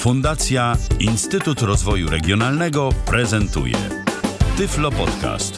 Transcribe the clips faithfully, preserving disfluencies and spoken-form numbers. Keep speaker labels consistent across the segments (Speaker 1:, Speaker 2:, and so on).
Speaker 1: Fundacja Instytut Rozwoju Regionalnego prezentuje Tyflo Podcast.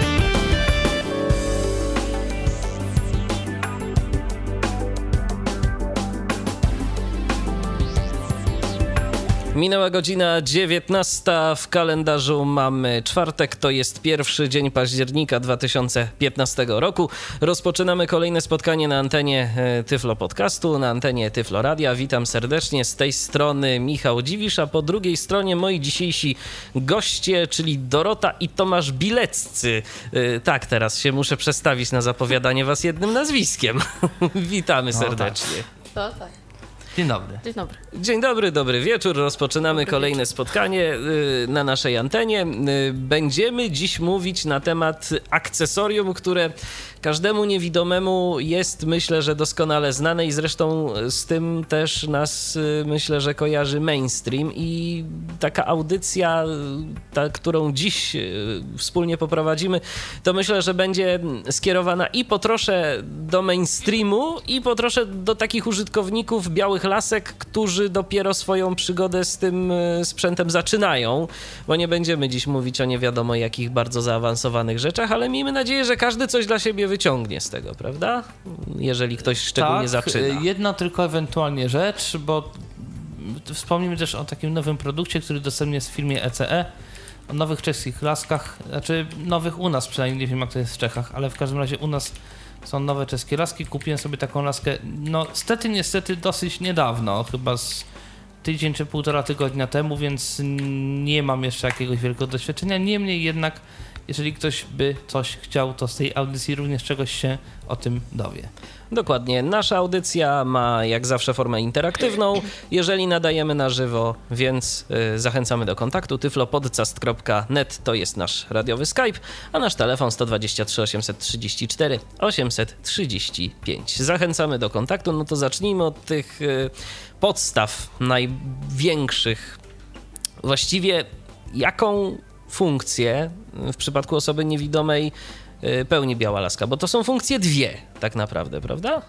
Speaker 2: Minęła godzina dziewiętnasta, w kalendarzu mamy czwartek, to jest pierwszy dzień października dwa tysiące piętnastego roku. Rozpoczynamy kolejne spotkanie na antenie Tyflo Podcastu, na antenie Tyflo Radia. Witam serdecznie, z tej strony Michał Dziwisz, a po drugiej stronie moi dzisiejsi goście, czyli Dorota i Tomasz Bileccy. Tak, teraz się muszę przestawić na zapowiadanie was jednym nazwiskiem. Witamy serdecznie.
Speaker 3: No tak.
Speaker 4: Dzień dobry.
Speaker 3: Dzień dobry.
Speaker 2: Dzień dobry, dobry wieczór. Rozpoczynamy
Speaker 3: Dobry
Speaker 2: kolejne
Speaker 3: wieczór.
Speaker 2: spotkanie y, na naszej antenie. Y, Będziemy dziś mówić na temat akcesorium, które każdemu niewidomemu jest, myślę, że doskonale znane i zresztą z tym też nas, y, myślę, że kojarzy mainstream i taka audycja, y, ta, którą dziś y, wspólnie poprowadzimy, to myślę, że będzie skierowana i po trosze do mainstreamu i po trosze do takich użytkowników białych lasek, którzy dopiero swoją przygodę z tym y, sprzętem zaczynają, bo nie będziemy dziś mówić o nie wiadomo jakich bardzo zaawansowanych rzeczach, ale miejmy nadzieję, że każdy coś dla siebie wyciągnie z tego, prawda? Jeżeli ktoś szczególnie
Speaker 4: tak,
Speaker 2: zaczyna.
Speaker 4: Jedna tylko ewentualnie rzecz, bo wspomnimy też o takim nowym produkcie, który dostępny jest w firmie E C E, o nowych czeskich laskach, znaczy nowych u nas przynajmniej, nie wiem jak to jest w Czechach, ale w każdym razie u nas są nowe czeskie laski. Kupiłem sobie taką laskę, no niestety, niestety dosyć niedawno, chyba z tydzień czy półtora tygodnia temu, więc nie mam jeszcze jakiegoś wielkiego doświadczenia. Niemniej jednak, jeżeli ktoś by coś chciał, to z tej audycji również czegoś się o tym dowie.
Speaker 2: Dokładnie. Nasza audycja ma jak zawsze formę interaktywną, jeżeli nadajemy na żywo, więc y, zachęcamy do kontaktu. tyflopodcast kropka net to jest nasz radiowy Skype, a nasz telefon sto dwadzieścia trzy osiemset trzydzieści cztery osiemset trzydzieści pięć. Zachęcamy do kontaktu. No to zacznijmy od tych y, podstaw największych. Właściwie jaką funkcję w przypadku osoby niewidomej pełni biała laska, bo to są funkcje dwie tak naprawdę, prawda?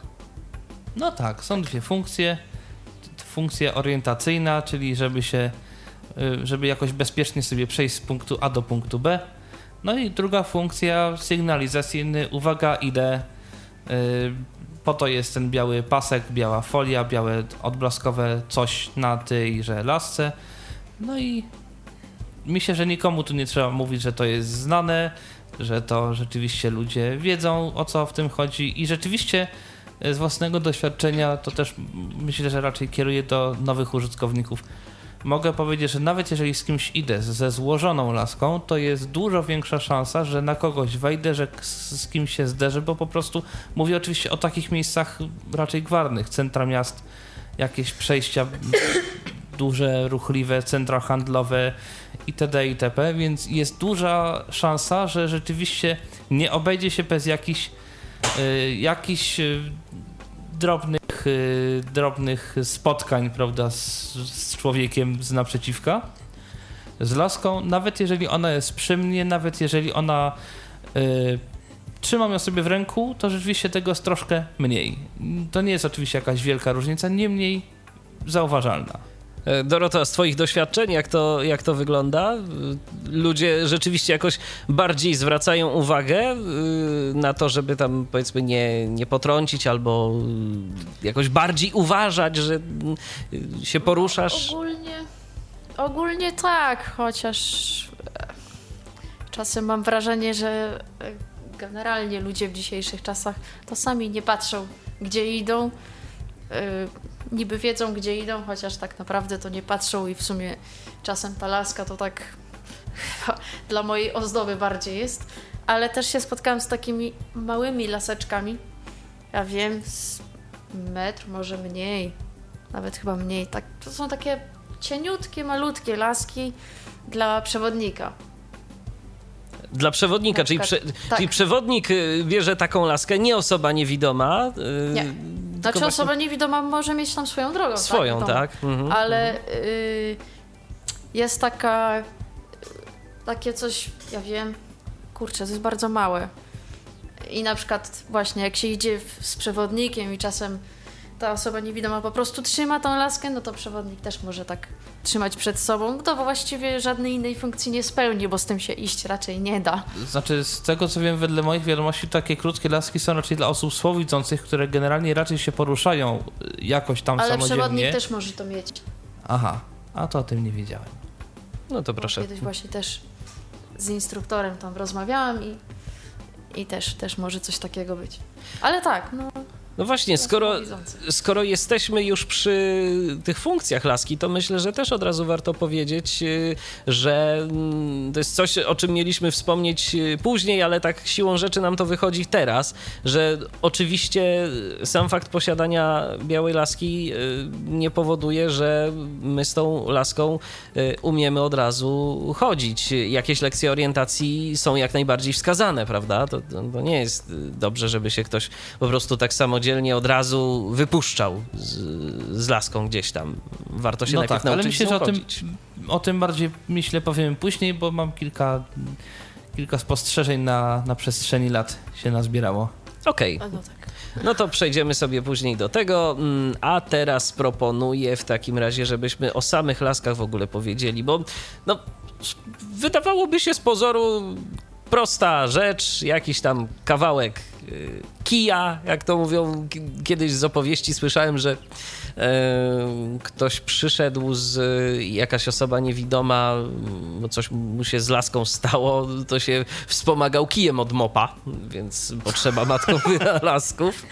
Speaker 4: No tak, są dwie funkcje. Funkcja orientacyjna, czyli żeby się, żeby jakoś bezpiecznie sobie przejść z punktu A do punktu B. No i druga funkcja sygnalizacyjny, uwaga, idę. Po to jest ten biały pasek, biała folia, białe odblaskowe coś na tejże lasce. No i myślę, że nikomu tu nie trzeba mówić, że to jest znane, że to rzeczywiście ludzie wiedzą, o co w tym chodzi i rzeczywiście z własnego doświadczenia to też myślę, że raczej kieruję do nowych użytkowników. Mogę powiedzieć, że nawet jeżeli z kimś idę ze złożoną laską, to jest dużo większa szansa, że na kogoś wejdę, że z kimś się zderzę, bo po prostu mówię oczywiście o takich miejscach raczej gwarnych, centra miast, jakieś przejścia duże, ruchliwe, centra handlowe itd., itp., więc jest duża szansa, że rzeczywiście nie obejdzie się bez jakichś y, jakichś y, drobnych, y, drobnych spotkań, prawda, z, z człowiekiem z naprzeciwka, z laską, nawet jeżeli ona jest przy mnie, nawet jeżeli ona y, trzymam ją sobie w ręku, to rzeczywiście tego jest troszkę mniej. To nie jest oczywiście jakaś wielka różnica, niemniej zauważalna.
Speaker 2: Dorota, z twoich doświadczeń, jak to, jak to wygląda? Ludzie rzeczywiście jakoś bardziej zwracają uwagę na to, żeby tam powiedzmy nie, nie potrącić albo jakoś bardziej uważać, że się poruszasz?
Speaker 3: Ogólnie, ogólnie tak, chociaż czasem mam wrażenie, że generalnie ludzie w dzisiejszych czasach to sami nie patrzą, gdzie idą. Niby wiedzą, gdzie idą, chociaż tak naprawdę to nie patrzą i w sumie czasem ta laska to tak chyba dla mojej ozdoby bardziej jest. Ale też się spotkałam z takimi małymi laseczkami. Ja wiem, z metr, może mniej, nawet chyba mniej. Tak, to są takie cieniutkie, malutkie laski dla przewodnika.
Speaker 2: Dla przewodnika, czyli, prze,
Speaker 3: tak.
Speaker 2: czyli przewodnik bierze taką laskę, nie osoba niewidoma.
Speaker 3: Nie. Znaczy
Speaker 2: właśnie...
Speaker 3: osoba niewidoma może mieć tam swoją drogą.
Speaker 2: Swoją,
Speaker 3: tak?
Speaker 2: tak. Mhm,
Speaker 3: ale
Speaker 2: mhm.
Speaker 3: y, jest taka, takie coś, ja wiem, kurczę, to jest bardzo małe. I na przykład właśnie jak się idzie w, z przewodnikiem i czasem ta osoba niewidoma po prostu trzyma tą laskę, no to przewodnik też może tak trzymać przed sobą. To właściwie żadnej innej funkcji nie spełni, bo z tym się iść raczej nie da.
Speaker 4: Znaczy, z tego co wiem, wedle moich wiadomości, takie krótkie laski są raczej dla osób słabowidzących, które generalnie raczej się poruszają jakoś tam
Speaker 3: Ale
Speaker 4: samodzielnie.
Speaker 3: przewodnik też może to mieć.
Speaker 4: Aha, a to o tym nie wiedziałem.
Speaker 2: No to
Speaker 3: Bo
Speaker 2: proszę.
Speaker 3: kiedyś właśnie też z instruktorem tam rozmawiałam i, i też, też może coś takiego być. Ale tak, no...
Speaker 2: No właśnie, skoro, skoro jesteśmy już przy tych funkcjach laski, to myślę, że też od razu warto powiedzieć, że to jest coś, o czym mieliśmy wspomnieć później, ale tak siłą rzeczy nam to wychodzi teraz, że oczywiście sam fakt posiadania białej laski nie powoduje, że my z tą laską umiemy od razu chodzić. Jakieś lekcje orientacji są jak najbardziej wskazane, prawda? To, to nie jest dobrze, żeby się ktoś po prostu tak samodzielnie od razu wypuszczał z, z laską gdzieś tam. Warto się
Speaker 4: no
Speaker 2: najpierw
Speaker 4: tak,
Speaker 2: nauczyć
Speaker 4: ale myślę, że o tym,
Speaker 2: chodzić.
Speaker 4: o tym bardziej myślę powiemy później, bo mam kilka, kilka spostrzeżeń na, na przestrzeni lat się nazbierało.
Speaker 2: Okej, okay.
Speaker 3: No tak.
Speaker 2: No to przejdziemy sobie później do tego, a teraz proponuję w takim razie, żebyśmy o samych laskach w ogóle powiedzieli, bo no, wydawałoby się z pozoru prosta rzecz, jakiś tam kawałek y, kija, jak to mówią. K- kiedyś z opowieści słyszałem, że y, ktoś przyszedł z jakaś osoba niewidoma, bo coś mu się z laską stało, to się wspomagał kijem od mopa, więc potrzeba matką wynalazków.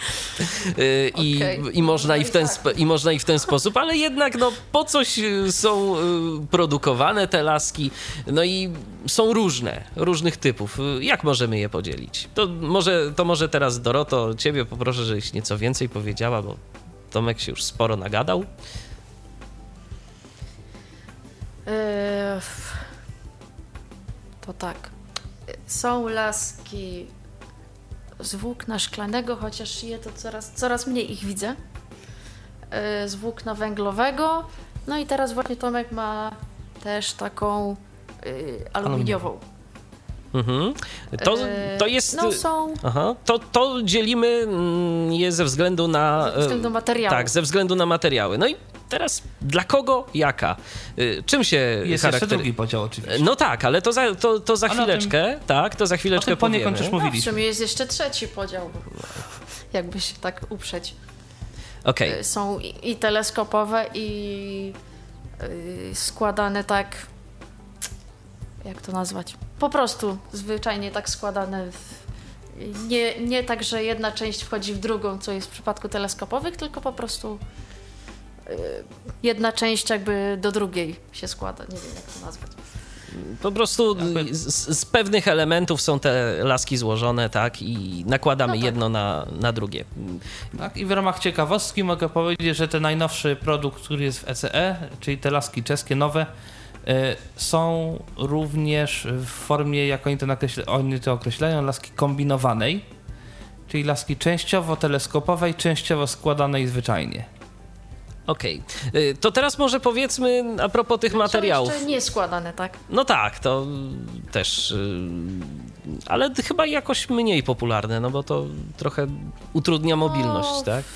Speaker 2: Y, i,
Speaker 3: Okay.
Speaker 2: i, można i, w ten sp- i można i w ten sposób, ale jednak no, po coś są y, produkowane te laski, no i są różne, różnych typów. Jak możemy je podzielić? To może, to może teraz Doroto, ciebie poproszę, żebyś nieco więcej powiedziała, bo Tomek się już sporo nagadał.
Speaker 3: Yy, to tak. Są laski z włókna szklanego, chociaż je to coraz, coraz mniej ich widzę. Yy, z włókna węglowego. No i teraz właśnie Tomek ma też taką yy, aluminiową.
Speaker 2: Mhm. To, to jest...
Speaker 3: No są...
Speaker 2: Aha, to, to dzielimy je ze względu na...
Speaker 3: Ze względu na materiały.
Speaker 2: Tak, ze względu na materiały. No i teraz dla kogo, jaka? Czym się
Speaker 4: Jest
Speaker 2: charaktery...
Speaker 4: jeszcze drugi podział oczywiście.
Speaker 2: No tak, ale to za, to, to za
Speaker 4: Ale
Speaker 2: chwileczkę,
Speaker 4: tym,
Speaker 2: tak, to za chwileczkę
Speaker 4: o tym poniekąd
Speaker 2: powiemy.
Speaker 4: też
Speaker 3: No, w
Speaker 4: mówiliśmy.
Speaker 3: sumie jest jeszcze trzeci podział, jakby się tak uprzeć.
Speaker 2: Okej. Okay.
Speaker 3: Są i, i teleskopowe, i y, składane tak, jak to nazwać? Po prostu zwyczajnie tak składane. W, nie, nie tak, że jedna część wchodzi w drugą, co jest w przypadku teleskopowych, tylko po prostu y, jedna część jakby do drugiej się składa. Nie wiem, jak to nazwać.
Speaker 2: Po prostu z, z pewnych elementów są te laski złożone, tak, i nakładamy no tak. jedno na, na drugie.
Speaker 4: Tak, i w ramach ciekawostki mogę powiedzieć, że ten najnowszy produkt, który jest w E C E, czyli te laski czeskie nowe, y, są również w formie, jak oni to, nakreśla, oni to określają, laski kombinowanej, czyli laski częściowo teleskopowej, częściowo składanej zwyczajnie.
Speaker 2: Okej, okay. To teraz może powiedzmy a propos tych materiałów.
Speaker 3: Jeszcze nie składane, tak?
Speaker 2: No tak, to też, ale chyba jakoś mniej popularne, no bo to trochę utrudnia mobilność, no, tak?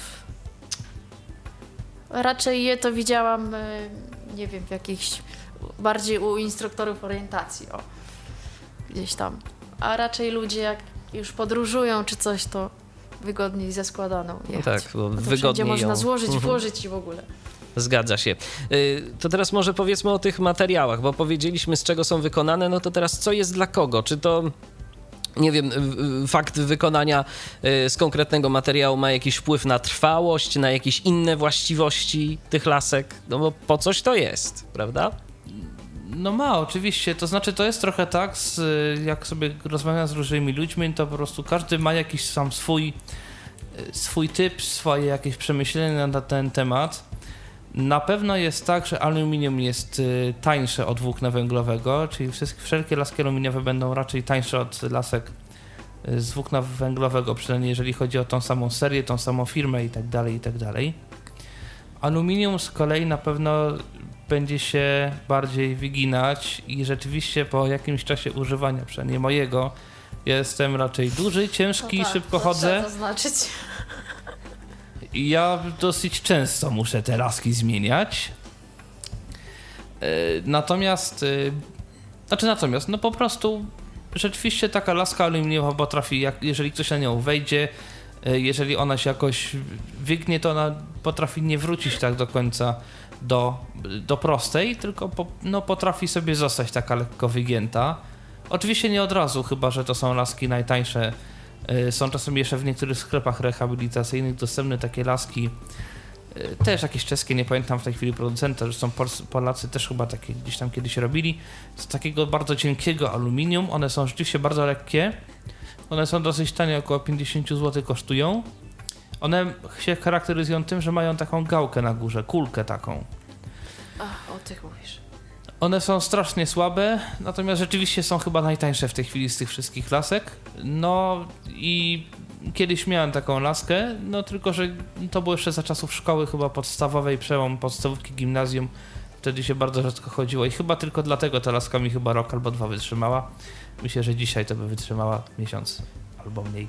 Speaker 3: Raczej je to widziałam, nie wiem, w jakichś bardziej u instruktorów orientacji, o, gdzieś tam. A raczej ludzie jak już podróżują czy coś, to wygodniej ze składaną jechać.
Speaker 2: No tak, bo
Speaker 3: no to
Speaker 2: wygodniej
Speaker 3: można
Speaker 2: ją...
Speaker 3: złożyć,
Speaker 2: mhm.
Speaker 3: włożyć i w ogóle.
Speaker 2: Zgadza się. To teraz może powiedzmy o tych materiałach, bo powiedzieliśmy, z czego są wykonane, no to teraz co jest dla kogo? Czy to, nie wiem, fakt wykonania z konkretnego materiału ma jakiś wpływ na trwałość, na jakieś inne właściwości tych lasek? No bo po coś to jest, prawda?
Speaker 4: No ma, oczywiście. To znaczy, to jest trochę tak, z, jak sobie rozmawiam z różnymi ludźmi, to po prostu każdy ma jakiś sam swój, swój typ, swoje jakieś przemyślenia na ten temat. Na pewno jest tak, że aluminium jest tańsze od włókna węglowego, czyli wszelkie laski aluminiowe będą raczej tańsze od lasek z włókna węglowego, przynajmniej jeżeli chodzi o tą samą serię, tą samą firmę i tak dalej, i tak dalej. Aluminium z kolei na pewno będzie się bardziej wyginać i rzeczywiście po jakimś czasie używania, przynajmniej mojego, jestem raczej duży, ciężki,
Speaker 3: no tak,
Speaker 4: szybko
Speaker 3: to
Speaker 4: chodzę.
Speaker 3: trzeba zaznaczyć.
Speaker 4: Ja dosyć często muszę te laski zmieniać. Natomiast, znaczy natomiast, no po prostu rzeczywiście taka laska aluminiowa potrafi, jak, jeżeli ktoś na nią wejdzie, jeżeli ona się jakoś wygnie, to ona potrafi nie wrócić tak do końca do, do prostej, tylko po, no, potrafi sobie zostać taka lekko wygięta. Oczywiście nie od razu, chyba że to są laski najtańsze. Są czasem jeszcze w niektórych sklepach rehabilitacyjnych dostępne takie laski, też jakieś czeskie, nie pamiętam w tej chwili producenta, że są Polacy też chyba takie gdzieś tam kiedyś robili, z takiego bardzo cienkiego aluminium. One są rzeczywiście bardzo lekkie, one są dosyć tanie, około pięćdziesiąt złotych kosztują. One się charakteryzują tym, że mają taką gałkę na górze, kulkę taką.
Speaker 3: Ach, o tych mówisz.
Speaker 4: One są strasznie słabe, natomiast rzeczywiście są chyba najtańsze w tej chwili z tych wszystkich lasek. No i kiedyś miałem taką laskę, no tylko że to było jeszcze za czasów szkoły chyba podstawowej, przełom podstawówki, gimnazjum. Wtedy się bardzo rzadko chodziło i chyba tylko dlatego ta laska mi chyba rok albo dwa wytrzymała. Myślę, że dzisiaj to by wytrzymała miesiąc albo mniej.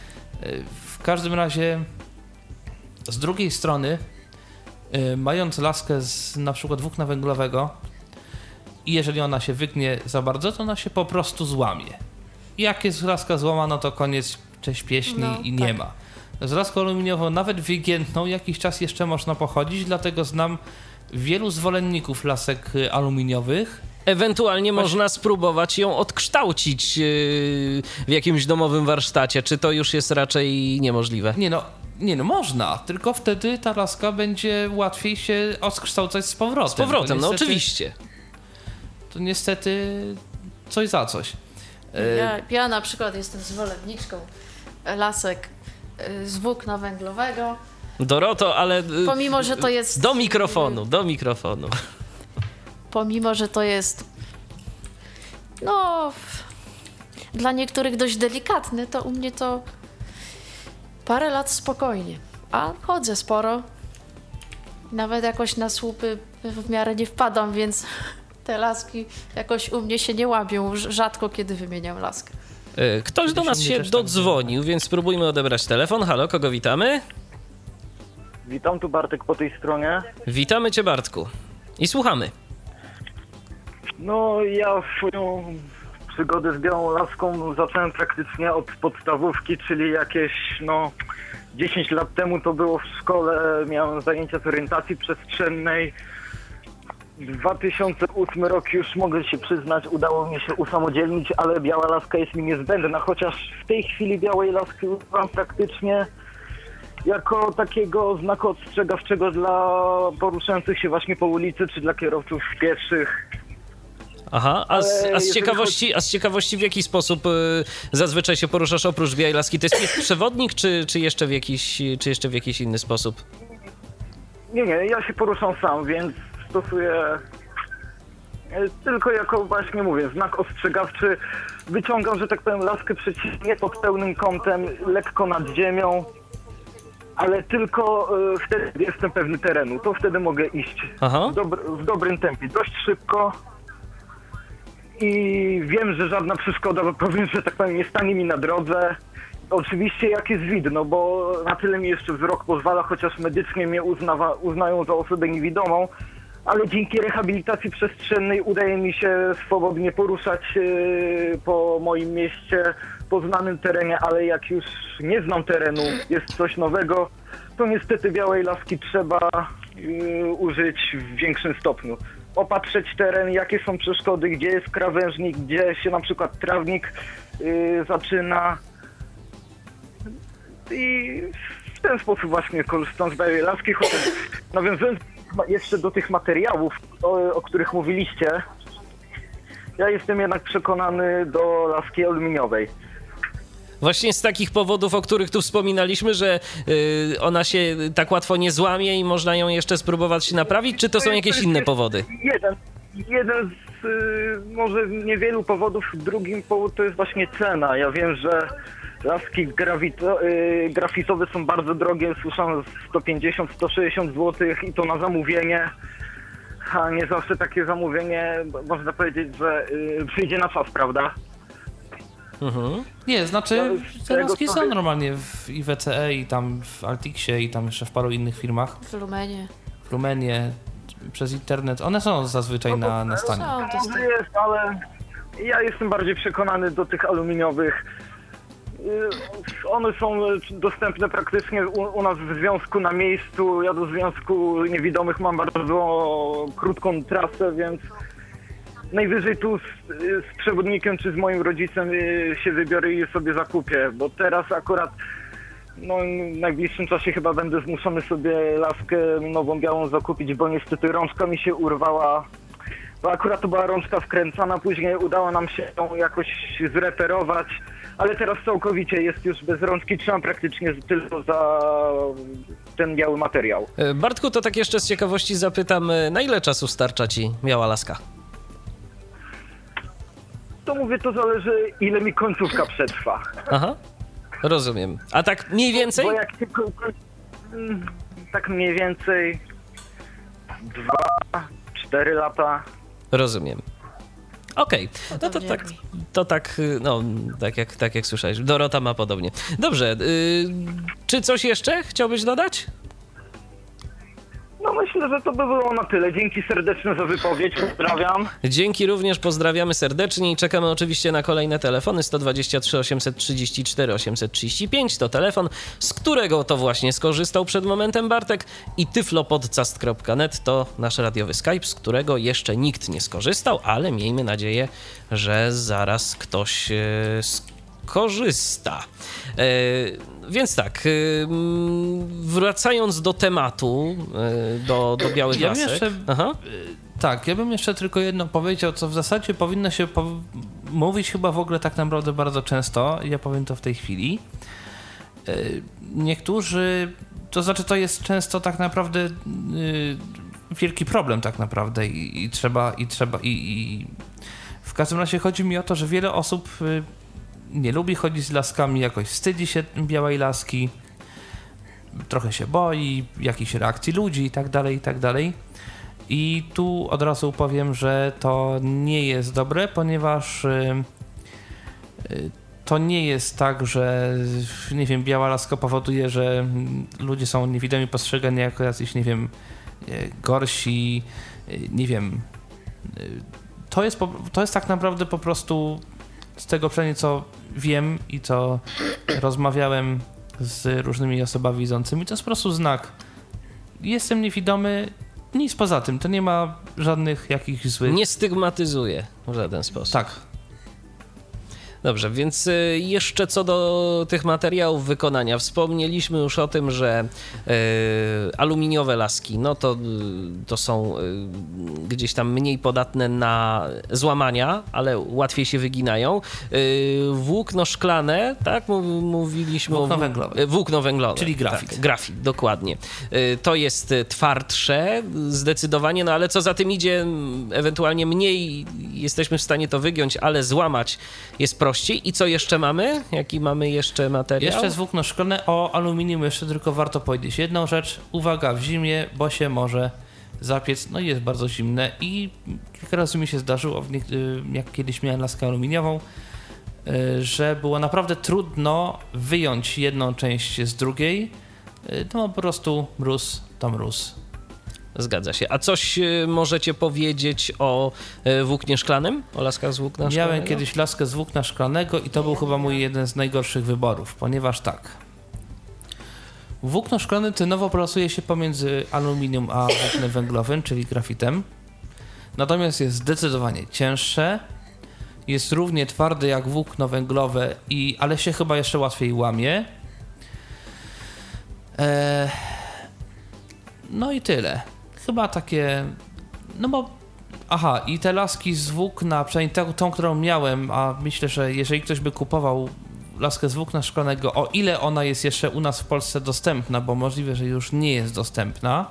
Speaker 4: W każdym razie z drugiej strony, mając laskę z na przykład włókna węglowego, i jeżeli ona się wygnie za bardzo, to ona się po prostu złamie. I jak jest laska złamana, to koniec, cześć pieśni
Speaker 3: no,
Speaker 4: i nie
Speaker 3: tak.
Speaker 4: ma. Z laską aluminiową nawet wygiętną jakiś czas jeszcze można pochodzić, dlatego znam wielu zwolenników lasek aluminiowych.
Speaker 2: Ewentualnie Właśnie... można spróbować ją odkształcić yy, w jakimś domowym warsztacie. Czy to już jest raczej niemożliwe?
Speaker 4: Nie no, nie no, można, tylko wtedy ta laska będzie łatwiej się odkształcać z powrotem.
Speaker 2: Z powrotem,
Speaker 4: niestety,
Speaker 2: no oczywiście.
Speaker 4: To niestety coś za coś.
Speaker 3: Ja, ja na przykład jestem zwolenniczką lasek z włókna węglowego.
Speaker 2: Doroto, ale...
Speaker 3: Pomimo, że to jest...
Speaker 2: Do mikrofonu, do mikrofonu.
Speaker 3: Pomimo, że to jest... No... Dla niektórych dość delikatne, to u mnie to parę lat spokojnie. A chodzę sporo. Nawet jakoś na słupy w miarę nie wpadam, więc te laski jakoś u mnie się nie łabią. Rzadko kiedy wymieniam laskę.
Speaker 2: Ktoś do nas się dodzwonił, więc spróbujmy odebrać telefon. Halo, kogo witamy?
Speaker 5: Witam, tu Bartek po tej stronie.
Speaker 2: Witamy cię, Bartku. I słuchamy.
Speaker 5: No, ja swoją przygodę z białą laską zacząłem praktycznie od podstawówki, czyli jakieś, no, dziesięć lat temu to było w szkole, miałem zajęcia z orientacji przestrzennej. dwa tysiące ósmy rok, już mogę się przyznać, udało mi się usamodzielnić, ale biała laska jest mi niezbędna, chociaż w tej chwili białej laski używam praktycznie jako takiego znaku ostrzegawczego dla poruszających się właśnie po ulicy, czy dla kierowców pieszych.
Speaker 2: Aha, a z, a z ciekawości, chodzi... a z ciekawości w jaki sposób y, zazwyczaj się poruszasz oprócz białej laski? To jest przewodnik, czy, czy, jeszcze w jakiś, czy jeszcze w jakiś inny sposób? Nie,
Speaker 5: nie, ja się poruszam sam, więc stosuję tylko jako, właśnie mówię, znak ostrzegawczy. Wyciągam, że tak powiem, laskę przeciwnie pod pełnym kątem, lekko nad ziemią, ale tylko y, wtedy jestem pewny terenu. To wtedy mogę iść w, dobr- w dobrym tempie, dość szybko i wiem, że żadna przeszkoda, bo powiem, że tak powiem, nie stanie mi na drodze. Oczywiście jak jest widno, bo na tyle mi jeszcze wzrok pozwala, chociaż medycznie mnie uznawa, uznają za osobę niewidomą, ale dzięki rehabilitacji przestrzennej udaje mi się swobodnie poruszać yy, po moim mieście, po znanym terenie, ale jak już nie znam terenu, jest coś nowego, to niestety białej laski trzeba yy, użyć w większym stopniu. Opatrzeć teren, jakie są przeszkody, gdzie jest krawężnik, gdzie się na przykład trawnik yy, zaczyna. I w ten sposób właśnie korzystam z białej laski, chociaż nawiązując jeszcze do tych materiałów, o, o których mówiliście, ja jestem jednak przekonany do laski aluminiowej.
Speaker 2: Właśnie z takich powodów, o których tu wspominaliśmy, że yy, ona się tak łatwo nie złamie i można ją jeszcze spróbować naprawić, czy to są jakieś inne powody?
Speaker 5: Jeden, jeden z y, może niewielu powodów, drugim powód to jest właśnie cena. Ja wiem, że laski grafito, y, grafitowe są bardzo drogie, słyszałem sto pięćdziesiąt do stu sześćdziesięciu złotych i to na zamówienie. A nie zawsze takie zamówienie, można powiedzieć, że y, przyjdzie na czas, prawda?
Speaker 2: Mhm.
Speaker 4: Nie, znaczy
Speaker 5: z
Speaker 4: te
Speaker 5: tego,
Speaker 4: laski
Speaker 5: co
Speaker 4: są
Speaker 5: wy-
Speaker 4: normalnie w I W C E i tam w Altixie i tam jeszcze w paru innych firmach.
Speaker 3: W Lumenie.
Speaker 4: W Lumenie, przez internet. One są zazwyczaj na, na stanie.
Speaker 3: Są
Speaker 5: Może
Speaker 3: dostępne.
Speaker 5: jest, ale ja jestem bardziej przekonany do tych aluminiowych. Y, One są dostępne praktycznie u, u nas w związku na miejscu. Ja do Związku Niewidomych mam bardzo krótką trasę, więc najwyżej tu z, z przewodnikiem czy z moim rodzicem y, się wybiorę i je sobie zakupię, bo teraz akurat no, w najbliższym czasie chyba będę zmuszony sobie laskę nową białą zakupić, bo niestety rączka mi się urwała. Bo akurat to była rączka wkręcana, później udało nam się ją jakoś zreperować, ale teraz całkowicie jest już bez rączki, trzymam praktycznie tylko za ten biały materiał.
Speaker 2: E, Bartku, to tak jeszcze z ciekawości zapytam, e, na ile czasu starcza ci biała laska?
Speaker 5: To mówię, to zależy ile mi końcówka przetrwa.
Speaker 2: Aha, rozumiem. A tak mniej więcej?
Speaker 5: Bo jak się ko- ko- mm, tak mniej więcej dwa, cztery lata.
Speaker 2: Rozumiem. Okej, no to
Speaker 3: Podobnie
Speaker 2: tak,
Speaker 3: jak mi.
Speaker 2: to tak, y, no, tak jak, tak jak słyszałeś. Dorota ma podobnie. Dobrze, y, czy coś jeszcze chciałbyś dodać?
Speaker 5: No myślę, że to by było na tyle. Dzięki serdeczne za wypowiedź. Pozdrawiam.
Speaker 2: Dzięki również, pozdrawiamy serdecznie i czekamy oczywiście na kolejne telefony. sto dwadzieścia trzy osiemset trzydzieści cztery osiemset trzydzieści pięć to telefon, z którego to właśnie skorzystał przed momentem Bartek, i tyflopodcast kropka net to nasz radiowy Skype, z którego jeszcze nikt nie skorzystał, ale miejmy nadzieję, że zaraz ktoś e, skorzysta. E, więc tak, e, wracając do tematu, e, do, do białych
Speaker 4: Ja bym
Speaker 2: lasek.
Speaker 4: jeszcze-
Speaker 2: Aha.
Speaker 4: Tak, ja bym jeszcze tylko jedno powiedział, co w zasadzie powinno się po- mówić chyba w ogóle tak naprawdę bardzo często. Ja powiem to w tej chwili. Yy, Niektórzy, to znaczy to jest często tak naprawdę yy, wielki problem tak naprawdę i, i trzeba, i trzeba, i, i w każdym razie chodzi mi o to, że wiele osób yy, nie lubi chodzić z laskami, jakoś wstydzi się białej laski, trochę się boi, jakichś reakcji ludzi i tak dalej, i tak dalej. I tu od razu powiem, że to nie jest dobre, ponieważ y, y, to nie jest tak, że nie wiem, biała laska powoduje, że mm, ludzie są niewidomi, postrzegani jako jacyś, nie wiem, y, gorsi, y, nie wiem. Y, to jest, po, to jest tak naprawdę po prostu z tego przynajmniej co wiem i co rozmawiałem z różnymi osobami widzącymi, to jest po prostu znak. Jestem niewidomy. Nic poza tym, to nie ma żadnych jakichś złych...
Speaker 2: Nie stygmatyzuje w żaden sposób.
Speaker 4: Tak.
Speaker 2: Dobrze, więc y, jeszcze co do tych materiałów wykonania. Wspomnieliśmy już o tym, że y, aluminiowe laski, no to, y, to są y, gdzieś tam mniej podatne na złamania, ale łatwiej się wyginają. Y, włókno szklane, tak? Mów- Mówiliśmy
Speaker 4: Włókno
Speaker 2: o... w-
Speaker 4: węglowe.
Speaker 2: Włókno węglowe.
Speaker 4: Czyli grafit.
Speaker 2: Tak, grafit, dokładnie. Y, to jest y, twardsze zdecydowanie, no ale co za tym idzie, m, ewentualnie mniej jesteśmy w stanie to wygiąć, ale złamać jest prościej. I co jeszcze mamy? Jaki mamy jeszcze materiał?
Speaker 4: Jeszcze jest włókno szklane. O aluminium jeszcze tylko warto powiedzieć jedną rzecz. Uwaga, w zimie, bo się może zapiec. No i jest bardzo zimne i kilka razy mi się zdarzyło, w niek- y, jak kiedyś miałem laskę aluminiową, y, że było naprawdę trudno wyjąć jedną część z drugiej. Y, No po prostu mróz to mróz.
Speaker 2: Zgadza się. A coś y, możecie powiedzieć o y, włóknie szklanym? O laskach z włókna
Speaker 4: Miałem
Speaker 2: szklanego?
Speaker 4: kiedyś laskę z włókna szklanego i to był chyba mój jeden z najgorszych wyborów, ponieważ tak, włókno szklane tynowo plasuje się pomiędzy aluminium a włóknem węglowym, czyli grafitem. Natomiast jest zdecydowanie cięższe, jest równie twarde jak włókno węglowe, i, ale się chyba jeszcze łatwiej łamie. Eee, no i tyle. Chyba takie, no bo aha, i te laski z włókna, przynajmniej tą, tą, którą miałem, a myślę, że jeżeli ktoś by kupował laskę z włókna szklanego, o ile ona jest jeszcze u nas w Polsce dostępna, bo możliwe, że już nie jest dostępna,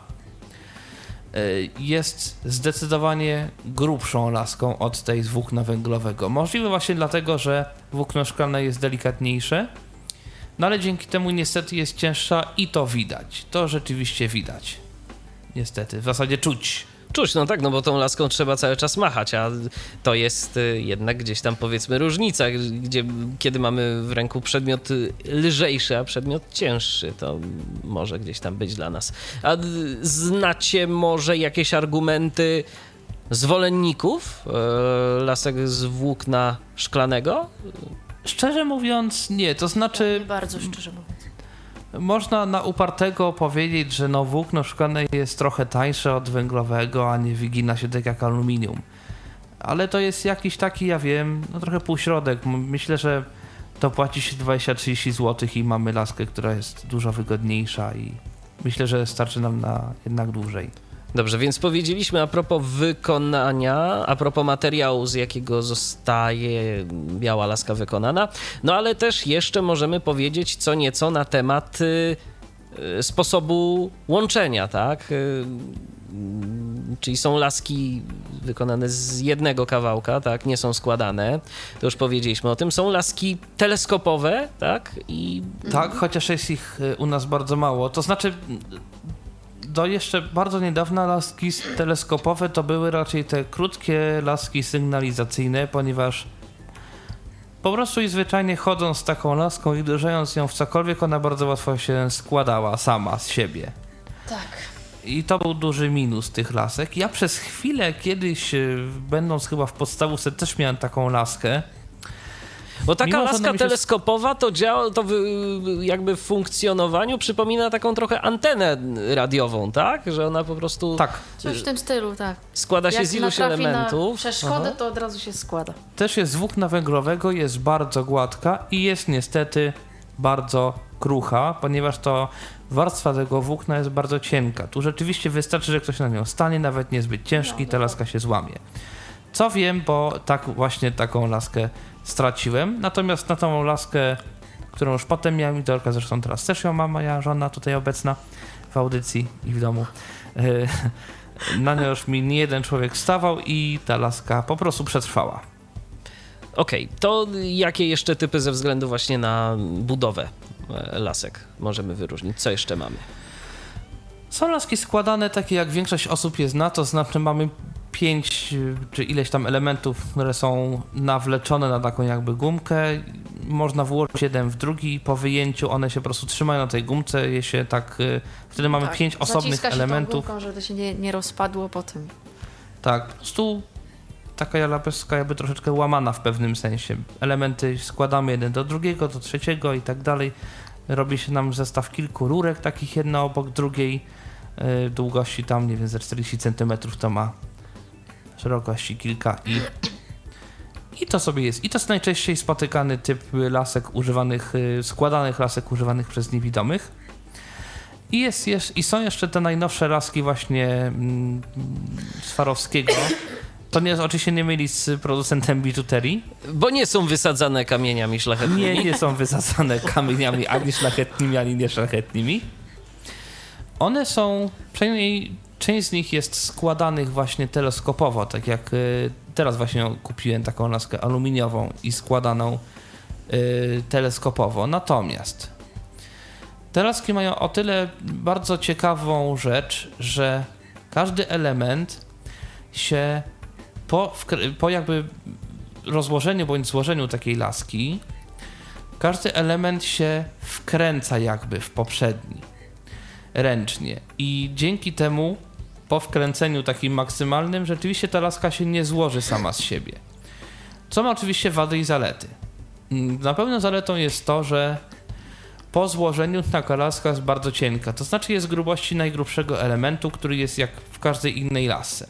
Speaker 4: jest zdecydowanie grubszą laską od tej z włókna węglowego. Możliwe właśnie dlatego, że włókno szklane jest delikatniejsze, no ale dzięki temu niestety jest cięższa i to widać. To rzeczywiście widać. Niestety, w zasadzie czuć.
Speaker 2: czuć. No tak, no bo tą laską trzeba cały czas machać, a to jest y, jednak gdzieś tam powiedzmy różnica, gdzie kiedy mamy w ręku przedmiot lżejszy, a przedmiot cięższy, to może gdzieś tam być dla nas. A y, znacie może jakieś argumenty zwolenników y, lasek z włókna szklanego?
Speaker 4: Szczerze mówiąc nie, to znaczy...
Speaker 3: Nie bardzo szczerze mówiąc.
Speaker 4: Można na upartego powiedzieć, że no włókno szklane jest trochę tańsze od węglowego, a nie wygina się tak jak aluminium. Ale to jest jakiś taki, ja wiem, no trochę półśrodek. Myślę, że to płaci się dwadzieścia trzydzieści złotych i mamy laskę, która jest dużo wygodniejsza i myślę, że starczy nam na jednak dłużej.
Speaker 2: Dobrze, więc powiedzieliśmy a propos wykonania, a propos materiału, z jakiego zostaje biała laska wykonana, no ale też jeszcze możemy powiedzieć co nieco na temat y, y, sposobu łączenia, tak? Y, czyli są laski wykonane z jednego kawałka, tak? Nie są składane, to już powiedzieliśmy o tym. Są laski teleskopowe, tak? I...
Speaker 4: Tak, chociaż jest ich u nas bardzo mało, to znaczy... Do jeszcze bardzo niedawna laski teleskopowe to były raczej te krótkie laski sygnalizacyjne, ponieważ po prostu i zwyczajnie chodząc z taką laską i uderzając ją w cokolwiek, ona bardzo łatwo się składała sama z siebie.
Speaker 3: Tak.
Speaker 4: I to był duży minus tych lasek. Ja przez chwilę kiedyś, będąc chyba w podstawówce, też miałem taką laskę.
Speaker 2: Bo taka
Speaker 4: Mimo,
Speaker 2: laska
Speaker 4: się...
Speaker 2: teleskopowa to działa, to jakby w funkcjonowaniu przypomina taką trochę antenę radiową, tak? Że ona po prostu
Speaker 4: tak.
Speaker 3: Coś w tym stylu, tak.
Speaker 2: składa się
Speaker 3: Jak
Speaker 2: z iluś
Speaker 3: natrafi
Speaker 2: elementów.
Speaker 3: Na przeszkodę,
Speaker 4: Aha.
Speaker 3: to od razu się składa.
Speaker 4: Też jest z włókna węglowego, jest bardzo gładka i jest niestety bardzo krucha, ponieważ to warstwa tego włókna jest bardzo cienka. Tu rzeczywiście wystarczy, że ktoś na nią stanie, nawet niezbyt ciężki,
Speaker 3: No,
Speaker 4: ta laska się złamie. Co wiem, bo tak właśnie taką laskę straciłem. Natomiast na tą laskę, którą już potem miałem, i Dorka zresztą teraz też ją ma, moja żona tutaj obecna w audycji i w domu, na nią już mi nie jeden człowiek wstawał i ta laska po prostu przetrwała.
Speaker 2: Okej, okay, to jakie jeszcze typy ze względu właśnie na budowę lasek możemy wyróżnić? Co jeszcze mamy?
Speaker 4: Są laski składane takie, jak większość osób je zna, to znaczy mamy pięć czy ileś tam elementów, które są nawleczone na taką jakby gumkę. Można włożyć jeden w drugi i po wyjęciu one się po prostu trzymają na tej gumce, je się tak, wtedy mamy
Speaker 3: tak,
Speaker 4: pięć osobnych
Speaker 3: się
Speaker 4: elementów.
Speaker 3: Tą gumką, żeby się nie, nie rozpadło potem.
Speaker 4: Tak, po prostu taka laska jakby troszeczkę łamana w pewnym sensie. Elementy składamy jeden do drugiego, do trzeciego i tak dalej. Robi się nam zestaw kilku rurek, takich jedna obok drugiej, yy, długości tam, nie wiem, ze czterdzieści centymetrów to ma, szerokości kilka i, i to sobie jest. I to jest najczęściej spotykany typ lasek używanych, yy, składanych lasek używanych przez niewidomych. I, jest, jest, i są jeszcze te najnowsze laski właśnie mm, Swarowskiego. To nie, oczywiście nie mylić z producentem biżuterii.
Speaker 2: Bo nie są wysadzane kamieniami szlachetnymi.
Speaker 4: Nie, nie są wysadzane kamieniami ani szlachetnymi, ani nieszlachetnymi. One są, przynajmniej część z nich jest składanych właśnie teleskopowo, tak jak y, teraz właśnie kupiłem taką laskę aluminiową i składaną y, teleskopowo. Natomiast te laski mają o tyle bardzo ciekawą rzecz, że każdy element się po, po jakby rozłożeniu bądź złożeniu takiej laski, każdy element się wkręca jakby w poprzedni ręcznie i dzięki temu po wkręceniu takim maksymalnym rzeczywiście ta laska się nie złoży sama z siebie. Co ma oczywiście wady i zalety. Na pewno zaletą jest to, że po złożeniu taka laska jest bardzo cienka, to znaczy jest grubości najgrubszego elementu, który jest jak w każdej innej lasce.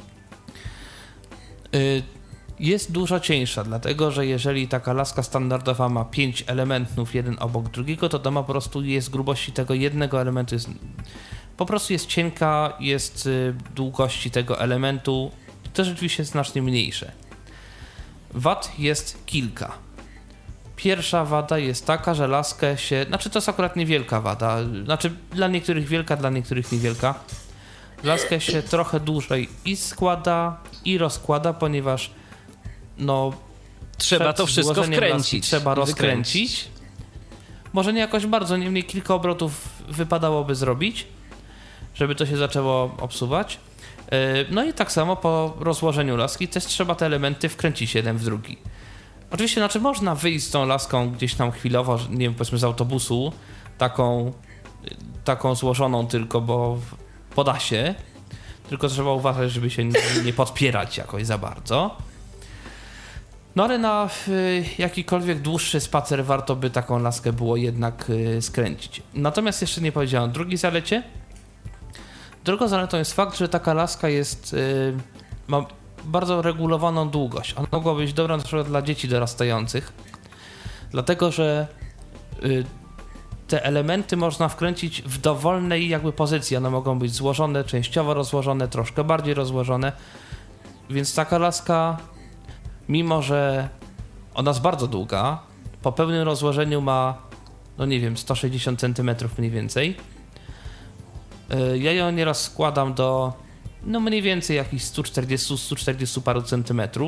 Speaker 4: Jest dużo cieńsza, dlatego że jeżeli taka laska standardowa ma pięć elementów jeden obok drugiego, to to ma po prostu jest grubości tego jednego elementu, jest, po prostu jest cienka, jest długości tego elementu, to rzeczywiście jest znacznie mniejsze. Wad jest kilka. Pierwsza wada jest taka, że laskę się, znaczy to jest akurat niewielka wada, znaczy dla niektórych wielka, dla niektórych niewielka. Laskę się trochę dłużej i składa, i rozkłada, ponieważ no
Speaker 2: trzeba to wszystko wkręcić.
Speaker 4: Trzeba rozkręcić. Może nie jakoś bardzo, niemniej kilka obrotów wypadałoby zrobić, żeby to się zaczęło obsuwać. No i tak samo po rozłożeniu laski też trzeba te elementy wkręcić jeden w drugi. Oczywiście, znaczy można wyjść z tą laską gdzieś tam chwilowo, nie wiem, powiedzmy z autobusu, taką, taką złożoną tylko, bo poda się, tylko trzeba uważać, żeby się nie, nie podpierać jakoś za bardzo. No ale na jakikolwiek dłuższy spacer warto by taką laskę było jednak skręcić. Natomiast jeszcze nie powiedziałem o drugiej zalecie. Drugą zaletą jest fakt, że taka laska jest, ma bardzo regulowaną długość. Ona mogła być dobra na przykład dla dzieci dorastających, dlatego że te elementy można wkręcić w dowolnej jakby pozycji. One mogą być złożone, częściowo rozłożone, troszkę bardziej rozłożone, więc taka laska, mimo że ona jest bardzo długa, po pełnym rozłożeniu ma, no nie wiem, sto sześćdziesiąt centymetrów mniej więcej. Ja ją nieraz składam do, no mniej więcej jakichś sto czterdzieści, sto czterdzieści paru centymetrów,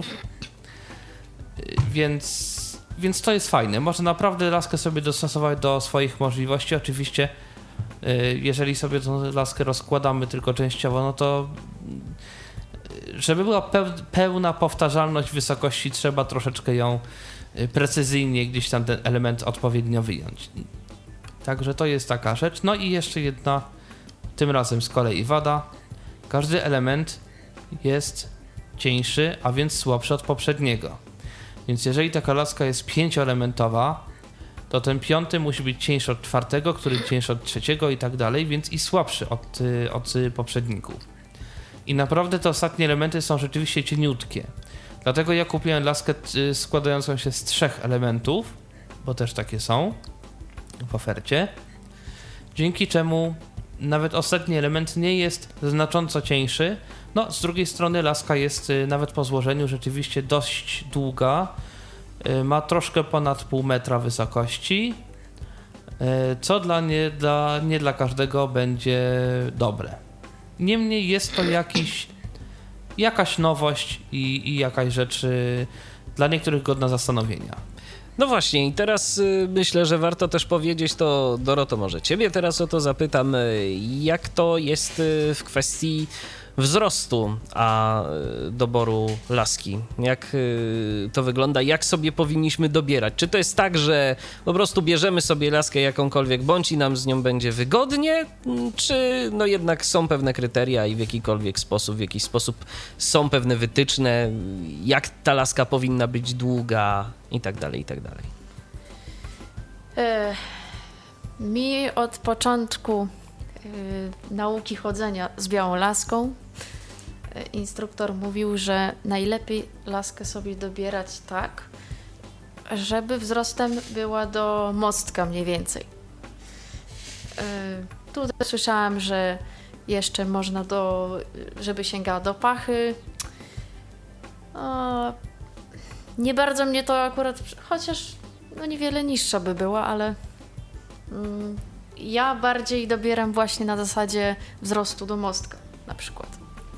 Speaker 4: więc, więc to jest fajne. Można naprawdę laskę sobie dostosować do swoich możliwości. Oczywiście, jeżeli sobie tę laskę rozkładamy tylko częściowo, no to żeby była pełna powtarzalność wysokości, trzeba troszeczkę ją precyzyjnie gdzieś tam ten element odpowiednio wyjąć. Także to jest taka rzecz. No i jeszcze jedna, tym razem z kolei wada. Każdy element jest cieńszy, a więc słabszy od poprzedniego. Więc jeżeli taka laska jest pięcioelementowa, to ten piąty musi być cieńszy od czwartego, który cieńszy od trzeciego i tak dalej, więc i słabszy od, od poprzedników. I naprawdę te ostatnie elementy są rzeczywiście cieniutkie. Dlatego ja kupiłem laskę składającą się z trzech elementów, bo też takie są w ofercie, dzięki czemu nawet ostatni element nie jest znacząco cieńszy. No, z drugiej strony laska jest nawet po złożeniu rzeczywiście dość długa, ma troszkę ponad pół metra wysokości, co dla nie, dla, nie dla każdego będzie dobre. Niemniej jest to jakiś, jakaś nowość i, i jakaś rzecz y, dla niektórych godna zastanowienia.
Speaker 2: No właśnie i teraz y, myślę, że warto też powiedzieć to, Doroto, może ciebie teraz o to zapytam, y, jak to jest y, w kwestii wzrostu a y, doboru laski? Jak y, to wygląda? Jak sobie powinniśmy dobierać? Czy to jest tak, że po prostu bierzemy sobie laskę jakąkolwiek bądź i nam z nią będzie wygodnie? Czy no jednak są pewne kryteria i w jakikolwiek sposób, w jakiś sposób są pewne wytyczne, jak ta laska powinna być długa i tak dalej, i tak dalej?
Speaker 3: E, mi od początku e, nauki chodzenia z białą laską e, instruktor mówił, że najlepiej laskę sobie dobierać tak, żeby wzrostem była do mostka mniej więcej. E, tutaj słyszałam, że jeszcze można do, żeby sięgała do pachy. O, nie bardzo mnie to akurat, chociaż no niewiele niższa by była, ale mm, ja bardziej dobieram właśnie na zasadzie wzrostu do mostka na przykład.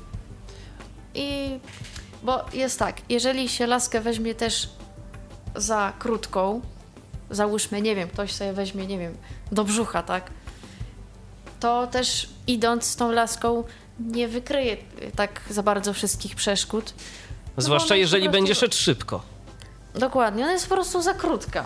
Speaker 3: I bo jest tak, jeżeli się laskę weźmie też za krótką, załóżmy, nie wiem, ktoś sobie weźmie, nie wiem, do brzucha, tak, to też idąc z tą laską nie wykryje tak za bardzo wszystkich przeszkód. No
Speaker 2: zwłaszcza jeżeli
Speaker 3: prostu...
Speaker 2: będzie szedł szybko.
Speaker 3: Dokładnie, ona jest po prostu za krótka.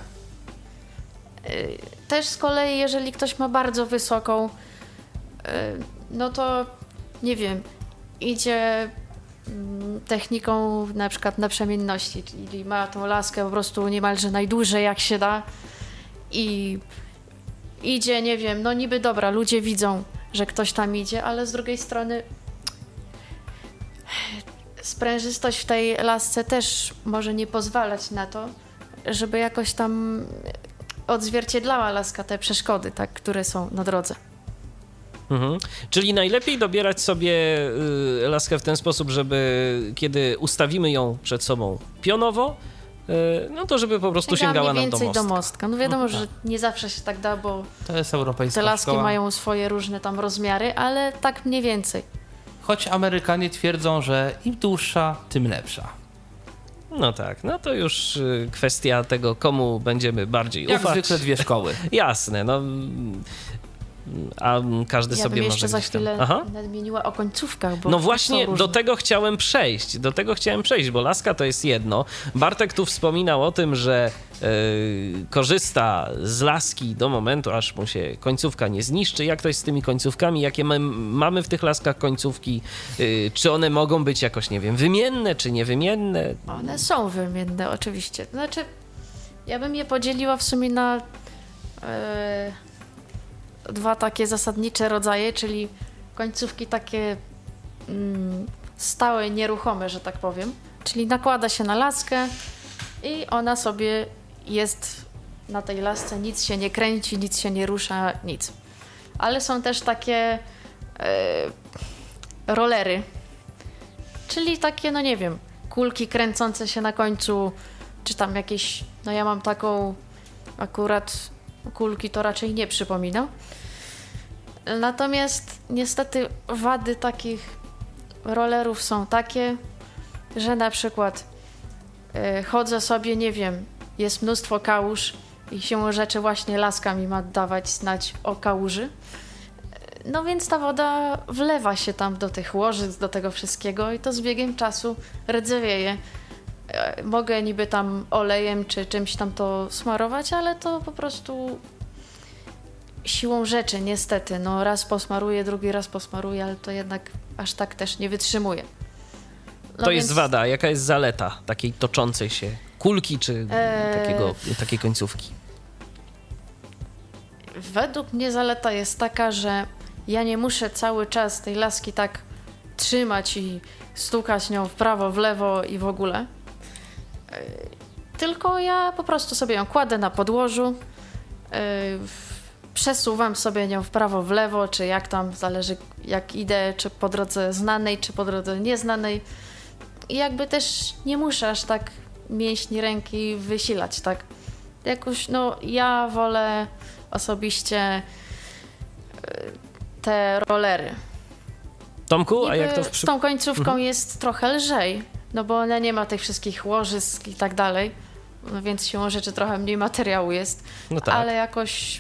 Speaker 3: Też z kolei, jeżeli ktoś ma bardzo wysoką, no to nie wiem, idzie techniką na przykład naprzemienności, czyli ma tą laskę po prostu niemalże najdłużej jak się da i idzie, nie wiem, no niby dobra, ludzie widzą, że ktoś tam idzie, ale z drugiej strony sprężystość w tej lasce też może nie pozwalać na to, żeby jakoś tam odzwierciedlała laska te przeszkody, tak, które są na drodze.
Speaker 2: Mhm. Czyli najlepiej dobierać sobie y, laskę w ten sposób, żeby kiedy ustawimy ją przed sobą pionowo, y, no to żeby po prostu
Speaker 3: Sięgała
Speaker 2: sięgała
Speaker 3: mniej
Speaker 2: nam do
Speaker 3: więcej
Speaker 2: mostka.
Speaker 3: do mostka. No wiadomo,
Speaker 2: No,
Speaker 3: że nie zawsze się tak da, bo
Speaker 4: To jest europejska
Speaker 3: te laski
Speaker 4: szkoła.
Speaker 3: mają swoje różne tam rozmiary, ale tak mniej więcej.
Speaker 4: Choć Amerykanie twierdzą, że im dłuższa, tym lepsza.
Speaker 2: No tak, no to już y, kwestia tego, komu będziemy bardziej
Speaker 4: Jak
Speaker 2: ufać.
Speaker 4: zwykle dwie szkoły.
Speaker 2: Jasne, no a każdy
Speaker 3: Ja
Speaker 2: sobie
Speaker 3: bym
Speaker 2: może
Speaker 3: jeszcze za
Speaker 2: gdzieś tam...
Speaker 3: chwilę
Speaker 2: Aha.
Speaker 3: nadmieniła o końcówkach, bo
Speaker 2: No
Speaker 3: też
Speaker 2: właśnie
Speaker 3: są
Speaker 2: do
Speaker 3: różne.
Speaker 2: tego chciałem przejść, do tego chciałem przejść, bo laska to jest jedno. Bartek tu wspominał o tym, że yy, korzysta z laski do momentu, aż mu się końcówka nie zniszczy. Jak to jest z tymi końcówkami? Jakie my, mamy w tych laskach końcówki? Yy, czy one mogą być jakoś, nie wiem, wymienne, czy niewymienne?
Speaker 3: One są wymienne, oczywiście. Znaczy, ja bym je podzieliła w sumie na e, dwa takie zasadnicze rodzaje, czyli końcówki takie mm, stałe, nieruchome, że tak powiem. Czyli nakłada się na laskę i ona sobie jest na tej lasce, nic się nie kręci, nic się nie rusza, nic. Ale są też takie e, rolery, czyli takie, no nie wiem, kulki kręcące się na końcu, czy tam jakieś, no ja mam taką akurat kulki, to raczej nie przypomina. Natomiast niestety wady takich rollerów są takie, że na przykład y, chodzę sobie, nie wiem, jest mnóstwo kałuż i siłą rzeczy właśnie laska mi ma dawać znać o kałuży. No więc ta woda wlewa się tam do tych łożyc, do tego wszystkiego i to z biegiem czasu rdzewieje. E, Mogę niby tam olejem czy czymś tam to smarować, ale to po prostu siłą rzeczy niestety. No raz posmaruję, drugi raz posmaruję, ale to jednak aż tak też nie wytrzymuje. No
Speaker 2: To
Speaker 3: więc,
Speaker 2: jest wada. A jaka jest zaleta takiej toczącej się kulki, czy
Speaker 3: Eee.
Speaker 2: takiego, takiej końcówki?
Speaker 3: Według mnie zaleta jest taka, że ja nie muszę cały czas tej laski tak trzymać i stukać nią w prawo, w lewo i w ogóle. Yy, Tylko ja po prostu sobie ją kładę na podłożu, yy, przesuwam sobie nią w prawo, w lewo, czy jak tam, zależy jak idę, czy po drodze znanej, czy po drodze nieznanej. I jakby też nie muszę aż tak mięśni ręki wysilać, tak? Jakoś, no ja wolę osobiście te rollery.
Speaker 2: Tomku, a
Speaker 3: Niby
Speaker 2: jak to w
Speaker 3: z
Speaker 2: przy...
Speaker 3: tą końcówką
Speaker 2: Mhm.
Speaker 3: jest trochę lżej, no bo ona nie ma tych wszystkich łożysk i tak dalej, no więc siłą rzeczy trochę mniej materiału jest,
Speaker 2: No tak.
Speaker 3: ale jakoś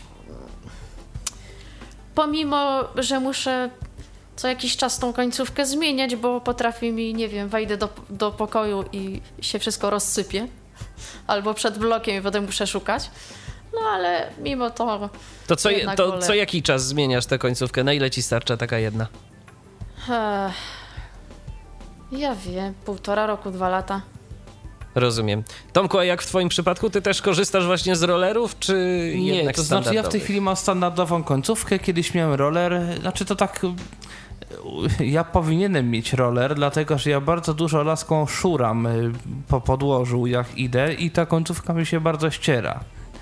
Speaker 3: pomimo, że muszę co jakiś czas tą końcówkę zmieniać, bo potrafi mi, nie wiem, wejdę do, do pokoju i się wszystko rozsypie, albo przed blokiem i potem muszę szukać, no ale mimo to
Speaker 2: To, co,
Speaker 3: jednak
Speaker 2: to
Speaker 3: wolę.
Speaker 2: co jaki czas zmieniasz tę końcówkę? Na ile ci starcza taka jedna?
Speaker 3: Ech, ja wiem, półtora roku, dwa lata.
Speaker 2: Rozumiem. Tomku, a jak w twoim przypadku? Ty też korzystasz właśnie z rollerów, czy
Speaker 4: Nie,
Speaker 2: jednak
Speaker 4: to znaczy ja w tej
Speaker 2: standardowych?
Speaker 4: chwili mam standardową końcówkę, kiedyś miałem roller, znaczy to tak, ja powinienem mieć roller, dlatego że ja bardzo dużo laską szuram y, po podłożu jak idę i ta końcówka mi się bardzo ściera.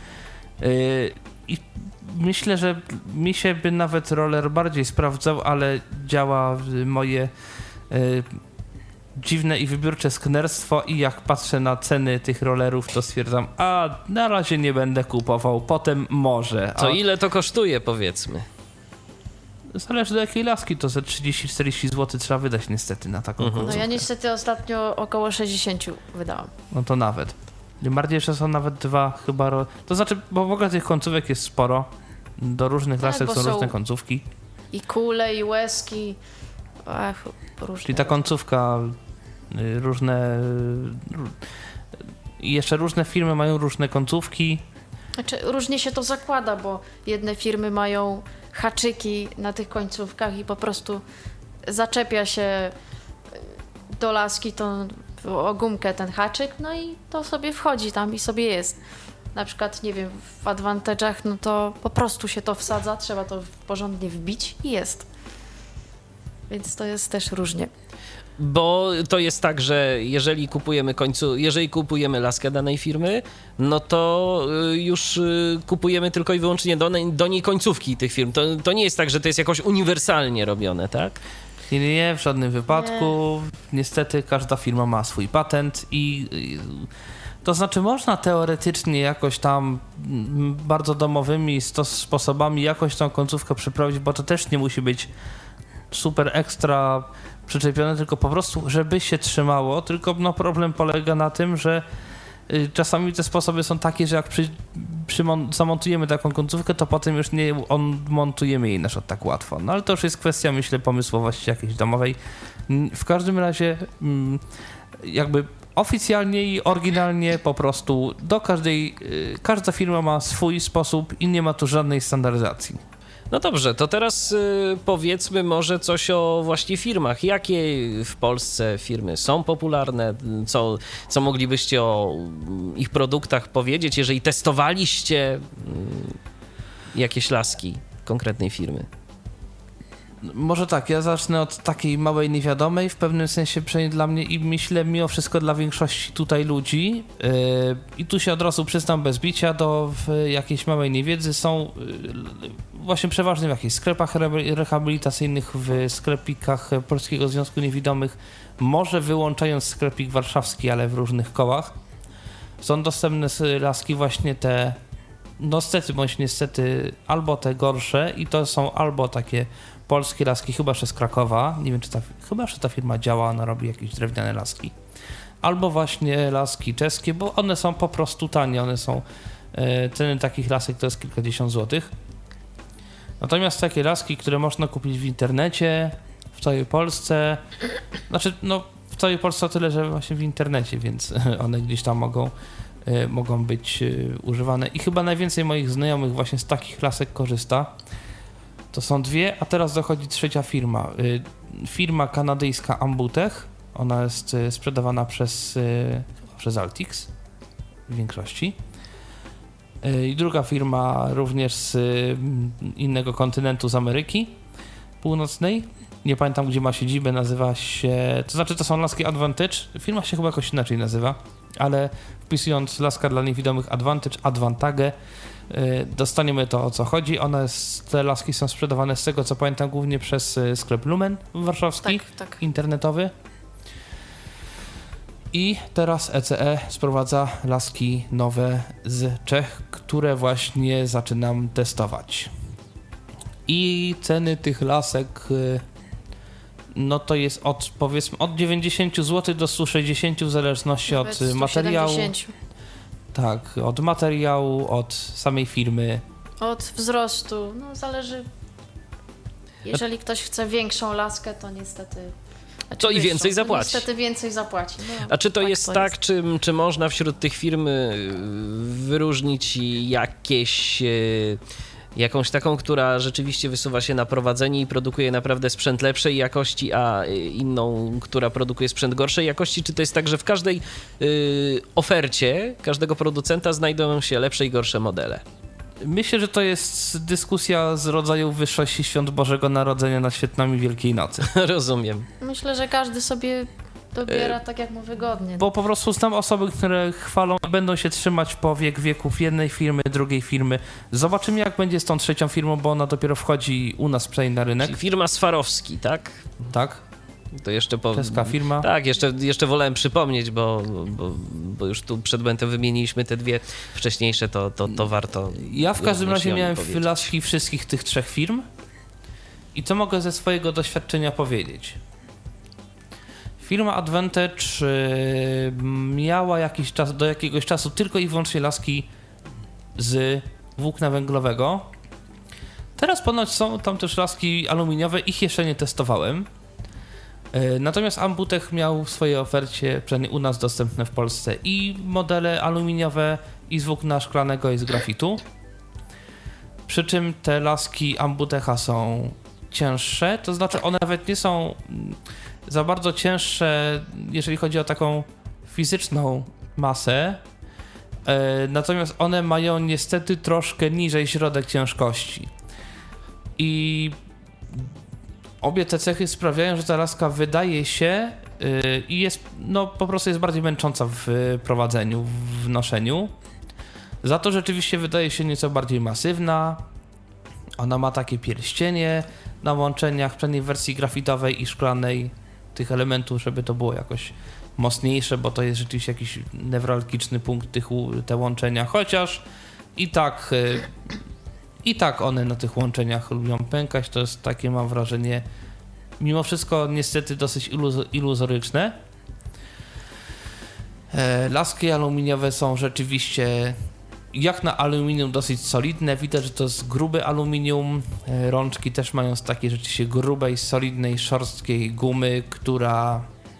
Speaker 4: Y, I myślę, że mi się by nawet roller bardziej sprawdzał, ale działa y, moje y, dziwne i wybiórcze sknerstwo i jak patrzę na ceny tych rollerów, to stwierdzam, a na razie nie będę kupował, potem może.
Speaker 2: To
Speaker 4: A
Speaker 2: ile to kosztuje, powiedzmy?
Speaker 4: zależy do jakiej laski, to ze trzydzieści czterdzieści złotych trzeba wydać niestety na taką
Speaker 2: Mhm.
Speaker 3: No
Speaker 4: końcówkę.
Speaker 3: ja niestety ostatnio około sześćdziesiąt wydałam.
Speaker 4: No to nawet. Tym bardziej, że są nawet dwa chyba... Ro... To znaczy, bo w ogóle tych końcówek jest sporo. Do różnych
Speaker 3: Tak,
Speaker 4: lasek
Speaker 3: bo
Speaker 4: są
Speaker 3: są-
Speaker 4: różne końcówki.
Speaker 3: I kule, i łezki. Ach, różne.
Speaker 4: Czyli ta końcówka, y, różne... y, ró- I jeszcze różne firmy mają różne końcówki.
Speaker 3: Znaczy, różnie się to zakłada, bo jedne firmy mają haczyki na tych końcówkach i po prostu zaczepia się do laski tą o gumkę ten haczyk, no i to sobie wchodzi tam i sobie jest. Na przykład, nie wiem, w Advantage'ach, no to po prostu się to wsadza, trzeba to porządnie wbić i jest. Więc to jest też różnie.
Speaker 2: Bo to jest tak, że jeżeli kupujemy końcu, jeżeli kupujemy laskę danej firmy, no to y, już y, kupujemy tylko i wyłącznie do, niej- do niej końcówki tych firm. To, to nie jest tak, że to jest jakoś uniwersalnie robione, tak?
Speaker 4: Nie, nie, nie, w żadnym wypadku. Niestety każda firma ma swój patent i... i to znaczy można teoretycznie jakoś tam mm, bardzo domowymi stos- sposobami jakoś tą końcówkę przyprawić, bo to też nie musi być super ekstra przyczepione, tylko po prostu, żeby się trzymało. Tylko no, problem polega na tym, że Czasami te sposoby są takie, że jak przy, przymon- zamontujemy taką końcówkę, to potem już nie odmontujemy jej na przykład tak łatwo. No ale to już jest kwestia, myślę, pomysłowości jakiejś domowej. W każdym razie jakby oficjalnie i oryginalnie po prostu do każdej, każda firma ma swój sposób i nie ma tu żadnej standaryzacji.
Speaker 2: No dobrze, to teraz y, powiedzmy może coś o właśnie firmach. Jakie w Polsce firmy są popularne? Co, co moglibyście o ich produktach powiedzieć, jeżeli testowaliście y, jakieś laski konkretnej firmy?
Speaker 4: Może tak, ja zacznę od takiej małej niewiadomej, w pewnym sensie przynajmniej dla mnie i myślę mimo wszystko dla większości tutaj ludzi. Yy, I tu się od razu przyznam bez bicia do jakiejś małej niewiedzy. Są yy, właśnie przeważnie w jakichś sklepach re- rehabilitacyjnych, w sklepikach Polskiego Związku Niewidomych, może wyłączając sklepik warszawski, ale w różnych kołach. Są dostępne laski właśnie te, no stety bądź niestety, albo te gorsze i to są albo takie polskie laski, chyba że z Krakowa, nie wiem czy ta, chyba że ta firma działa, ona robi jakieś drewniane laski, albo właśnie laski czeskie, bo one są po prostu tanie, one są, e, ceny takich lasek to jest kilkadziesiąt złotych. Natomiast takie laski, które można kupić w internecie, w całej Polsce, znaczy no w całej Polsce o tyle, że właśnie w internecie, więc one gdzieś tam mogą, e, mogą być e, używane i chyba najwięcej moich znajomych właśnie z takich lasek korzysta. To są dwie, a teraz dochodzi trzecia firma. Firma kanadyjska Ambutech. Ona jest sprzedawana przez, przez Altix w większości. I druga firma również z innego kontynentu, z Ameryki Północnej. Nie pamiętam, gdzie ma siedzibę, nazywa się... To znaczy, to są laski Advantage. Firma się chyba jakoś inaczej nazywa, ale wpisując laska dla niewidomych Advantage, Advantage, dostaniemy to, o co chodzi. One, te laski są sprzedawane z tego, co pamiętam, głównie przez sklep Lumen warszawski,
Speaker 3: tak, tak.
Speaker 4: internetowy. I teraz E C E sprowadza laski nowe z Czech, które właśnie zaczynam testować. I ceny tych lasek, no to jest od, powiedzmy, od dziewięćdziesiąt złotych do stu sześćdziesięciu w zależności
Speaker 3: Nawet
Speaker 4: od materiału.
Speaker 3: sto siedemdziesiąt.
Speaker 4: Tak, od materiału, od samej firmy.
Speaker 3: Od wzrostu, no zależy. Jeżeli ktoś chce większą laskę, to niestety... Znaczy
Speaker 2: To i
Speaker 3: wyższą,
Speaker 2: więcej
Speaker 3: to
Speaker 2: zapłaci.
Speaker 3: Niestety więcej zapłaci. No,
Speaker 2: A czy to
Speaker 3: tak
Speaker 2: jest
Speaker 3: to
Speaker 2: tak,
Speaker 3: jest.
Speaker 2: Czy, czy można wśród tych firm wyróżnić jakieś... jakąś taką, która rzeczywiście wysuwa się na prowadzenie i produkuje naprawdę sprzęt lepszej jakości, a inną, która produkuje sprzęt gorszej jakości? Czy to jest tak, że w każdej y, ofercie każdego producenta znajdują się lepsze i gorsze modele?
Speaker 4: Myślę, że to jest dyskusja z rodzaju wyższości świąt Bożego Narodzenia nad świętami Wielkiej Nocy.
Speaker 2: Rozumiem.
Speaker 3: Myślę, że każdy sobie dobiera tak, jak mu wygodnie.
Speaker 4: Bo po prostu znam osoby, które chwalą, będą się trzymać po wiek wieków jednej firmy, drugiej firmy. Zobaczymy, jak będzie z tą trzecią firmą, bo ona dopiero wchodzi u nas przynajmniej na rynek.
Speaker 2: Czyli firma Swarowski, tak?
Speaker 4: Tak,
Speaker 2: To jeszcze po...
Speaker 4: czeska firma.
Speaker 2: Tak, jeszcze, jeszcze wolałem przypomnieć, bo, bo, bo już tu przed momentem wymieniliśmy te dwie wcześniejsze, to, to, to warto...
Speaker 4: Ja w każdym razie miałem
Speaker 2: powiedzieć.
Speaker 4: laski wszystkich tych trzech firm i co mogę ze swojego doświadczenia powiedzieć? Firma Advantage y, miała jakiś czas, do jakiegoś czasu tylko i wyłącznie laski z włókna węglowego. Teraz ponoć są tam też laski aluminiowe, ich jeszcze nie testowałem. Y, natomiast Ambutech miał w swojej ofercie, przynajmniej u nas dostępne w Polsce, i modele aluminiowe, i z włókna szklanego, i z grafitu. Przy czym te laski Ambutecha są cięższe, to znaczy one nawet nie są za bardzo cięższe, jeżeli chodzi o taką fizyczną masę, e, natomiast one mają niestety troszkę niżej środek ciężkości. I obie te cechy sprawiają, że ta laska wydaje się e, i jest, no po prostu jest bardziej męcząca w prowadzeniu, w noszeniu. Za to rzeczywiście wydaje się nieco bardziej masywna. Ona ma takie pierścienie na łączeniach, przynajmniej w wersji grafitowej i szklanej, tych elementów, żeby to było jakoś mocniejsze, bo to jest rzeczywiście jakiś newralgiczny punkt tych, te łączenia, chociaż i tak i tak one na tych łączeniach lubią pękać, to jest takie, mam wrażenie, mimo wszystko niestety dosyć iluz- iluzoryczne. Laski aluminiowe są rzeczywiście jak na aluminium dosyć solidne. Widać, że to jest grube aluminium. Rączki też mają z takiej rzeczywiście grubej, solidnej, szorstkiej gumy, która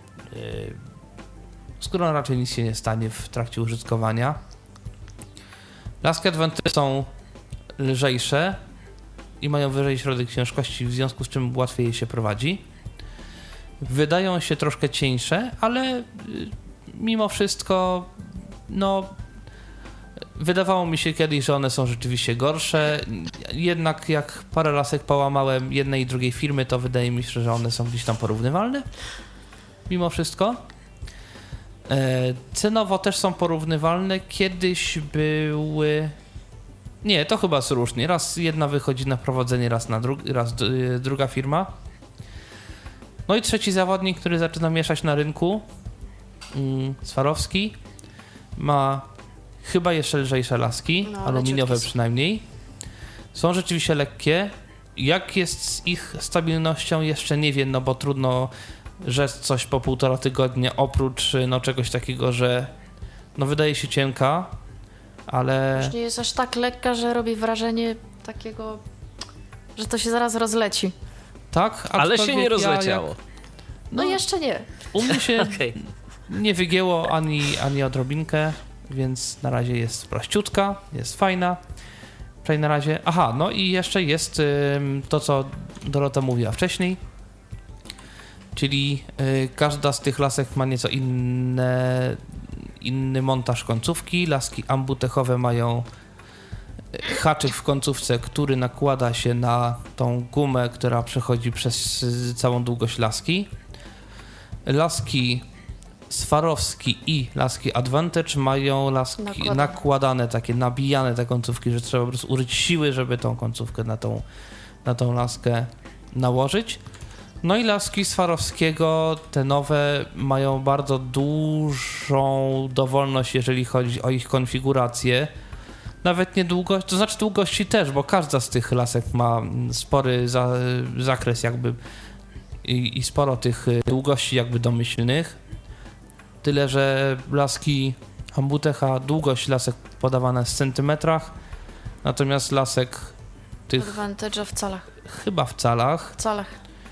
Speaker 4: z którą raczej nic się nie stanie w trakcie użytkowania. Laski Adventure są lżejsze i mają wyżej środek ciężkości, w związku z czym łatwiej je się prowadzi. Wydają się troszkę cieńsze, ale mimo wszystko no wydawało mi się kiedyś, że one są rzeczywiście gorsze. Jednak jak parę lasek połamałem jednej i drugiej firmy, to wydaje mi się, że one są gdzieś tam porównywalne. Mimo wszystko. Cenowo też są porównywalne. Kiedyś były... Nie, to chyba są różnie. Raz jedna wychodzi na prowadzenie, raz, na dru... raz druga firma. No i trzeci zawodnik, który zaczyna mieszać na rynku, Swarowski, ma chyba jeszcze lżejsze laski, no, aluminiowe przynajmniej. Są rzeczywiście lekkie. Jak jest z ich stabilnością, jeszcze nie wiem, no bo trudno rzec coś po półtora tygodnia, oprócz no czegoś takiego, że no wydaje się cienka, ale...
Speaker 3: Już nie jest aż tak lekka, że robi wrażenie takiego, że to się zaraz rozleci.
Speaker 4: Tak,
Speaker 2: ale się nie rozleciało.
Speaker 4: Ja jak...
Speaker 3: no, no jeszcze nie.
Speaker 4: U mnie się
Speaker 2: okay. nie
Speaker 4: wygięło ani, ani odrobinkę, więc na razie jest prościutka, jest fajna. Przynajmniej na razie. Aha, no i jeszcze jest y, to, co Dorota mówiła wcześniej, czyli y, każda z tych lasek ma nieco inne, inny montaż końcówki. Laski ambutechowe mają haczyk w końcówce, który nakłada się na tą gumę, która przechodzi przez całą długość laski. Laski Swarowski i laski Advantage mają laski nakładane. nakładane, takie nabijane te końcówki, że trzeba po prostu użyć siły, żeby tą końcówkę na tą, na tą laskę nałożyć. No i laski Swarowskiego, te nowe, mają bardzo dużą dowolność, jeżeli chodzi o ich konfigurację. Nawet nie długość, to znaczy długości też, bo każda z tych lasek ma spory za, zakres jakby i, i sporo tych długości jakby domyślnych. Tyle, że laski Ambutecha, długość lasek podawana jest w centymetrach, natomiast lasek tych...
Speaker 3: Advantage w calach.
Speaker 4: Chyba w calach.
Speaker 3: W calach.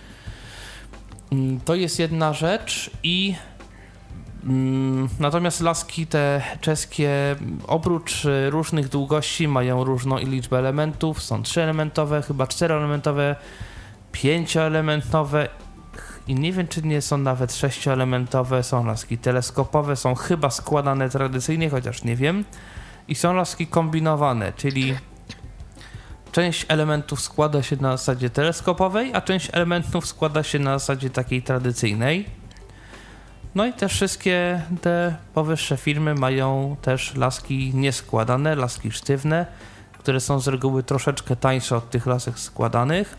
Speaker 4: To jest jedna rzecz i mm, natomiast laski te czeskie oprócz różnych długości mają różną liczbę elementów. Są trzyelementowe, chyba czteroelementowe, pięcioelementowe i nie wiem, czy nie są nawet sześcioelementowe. Są laski teleskopowe, są chyba składane tradycyjnie, chociaż nie wiem. I są laski kombinowane, czyli część elementów składa się na zasadzie teleskopowej, a część elementów składa się na zasadzie takiej tradycyjnej. No i te wszystkie te powyższe firmy mają też laski nieskładane, laski sztywne, które są z reguły troszeczkę tańsze od tych lasek składanych.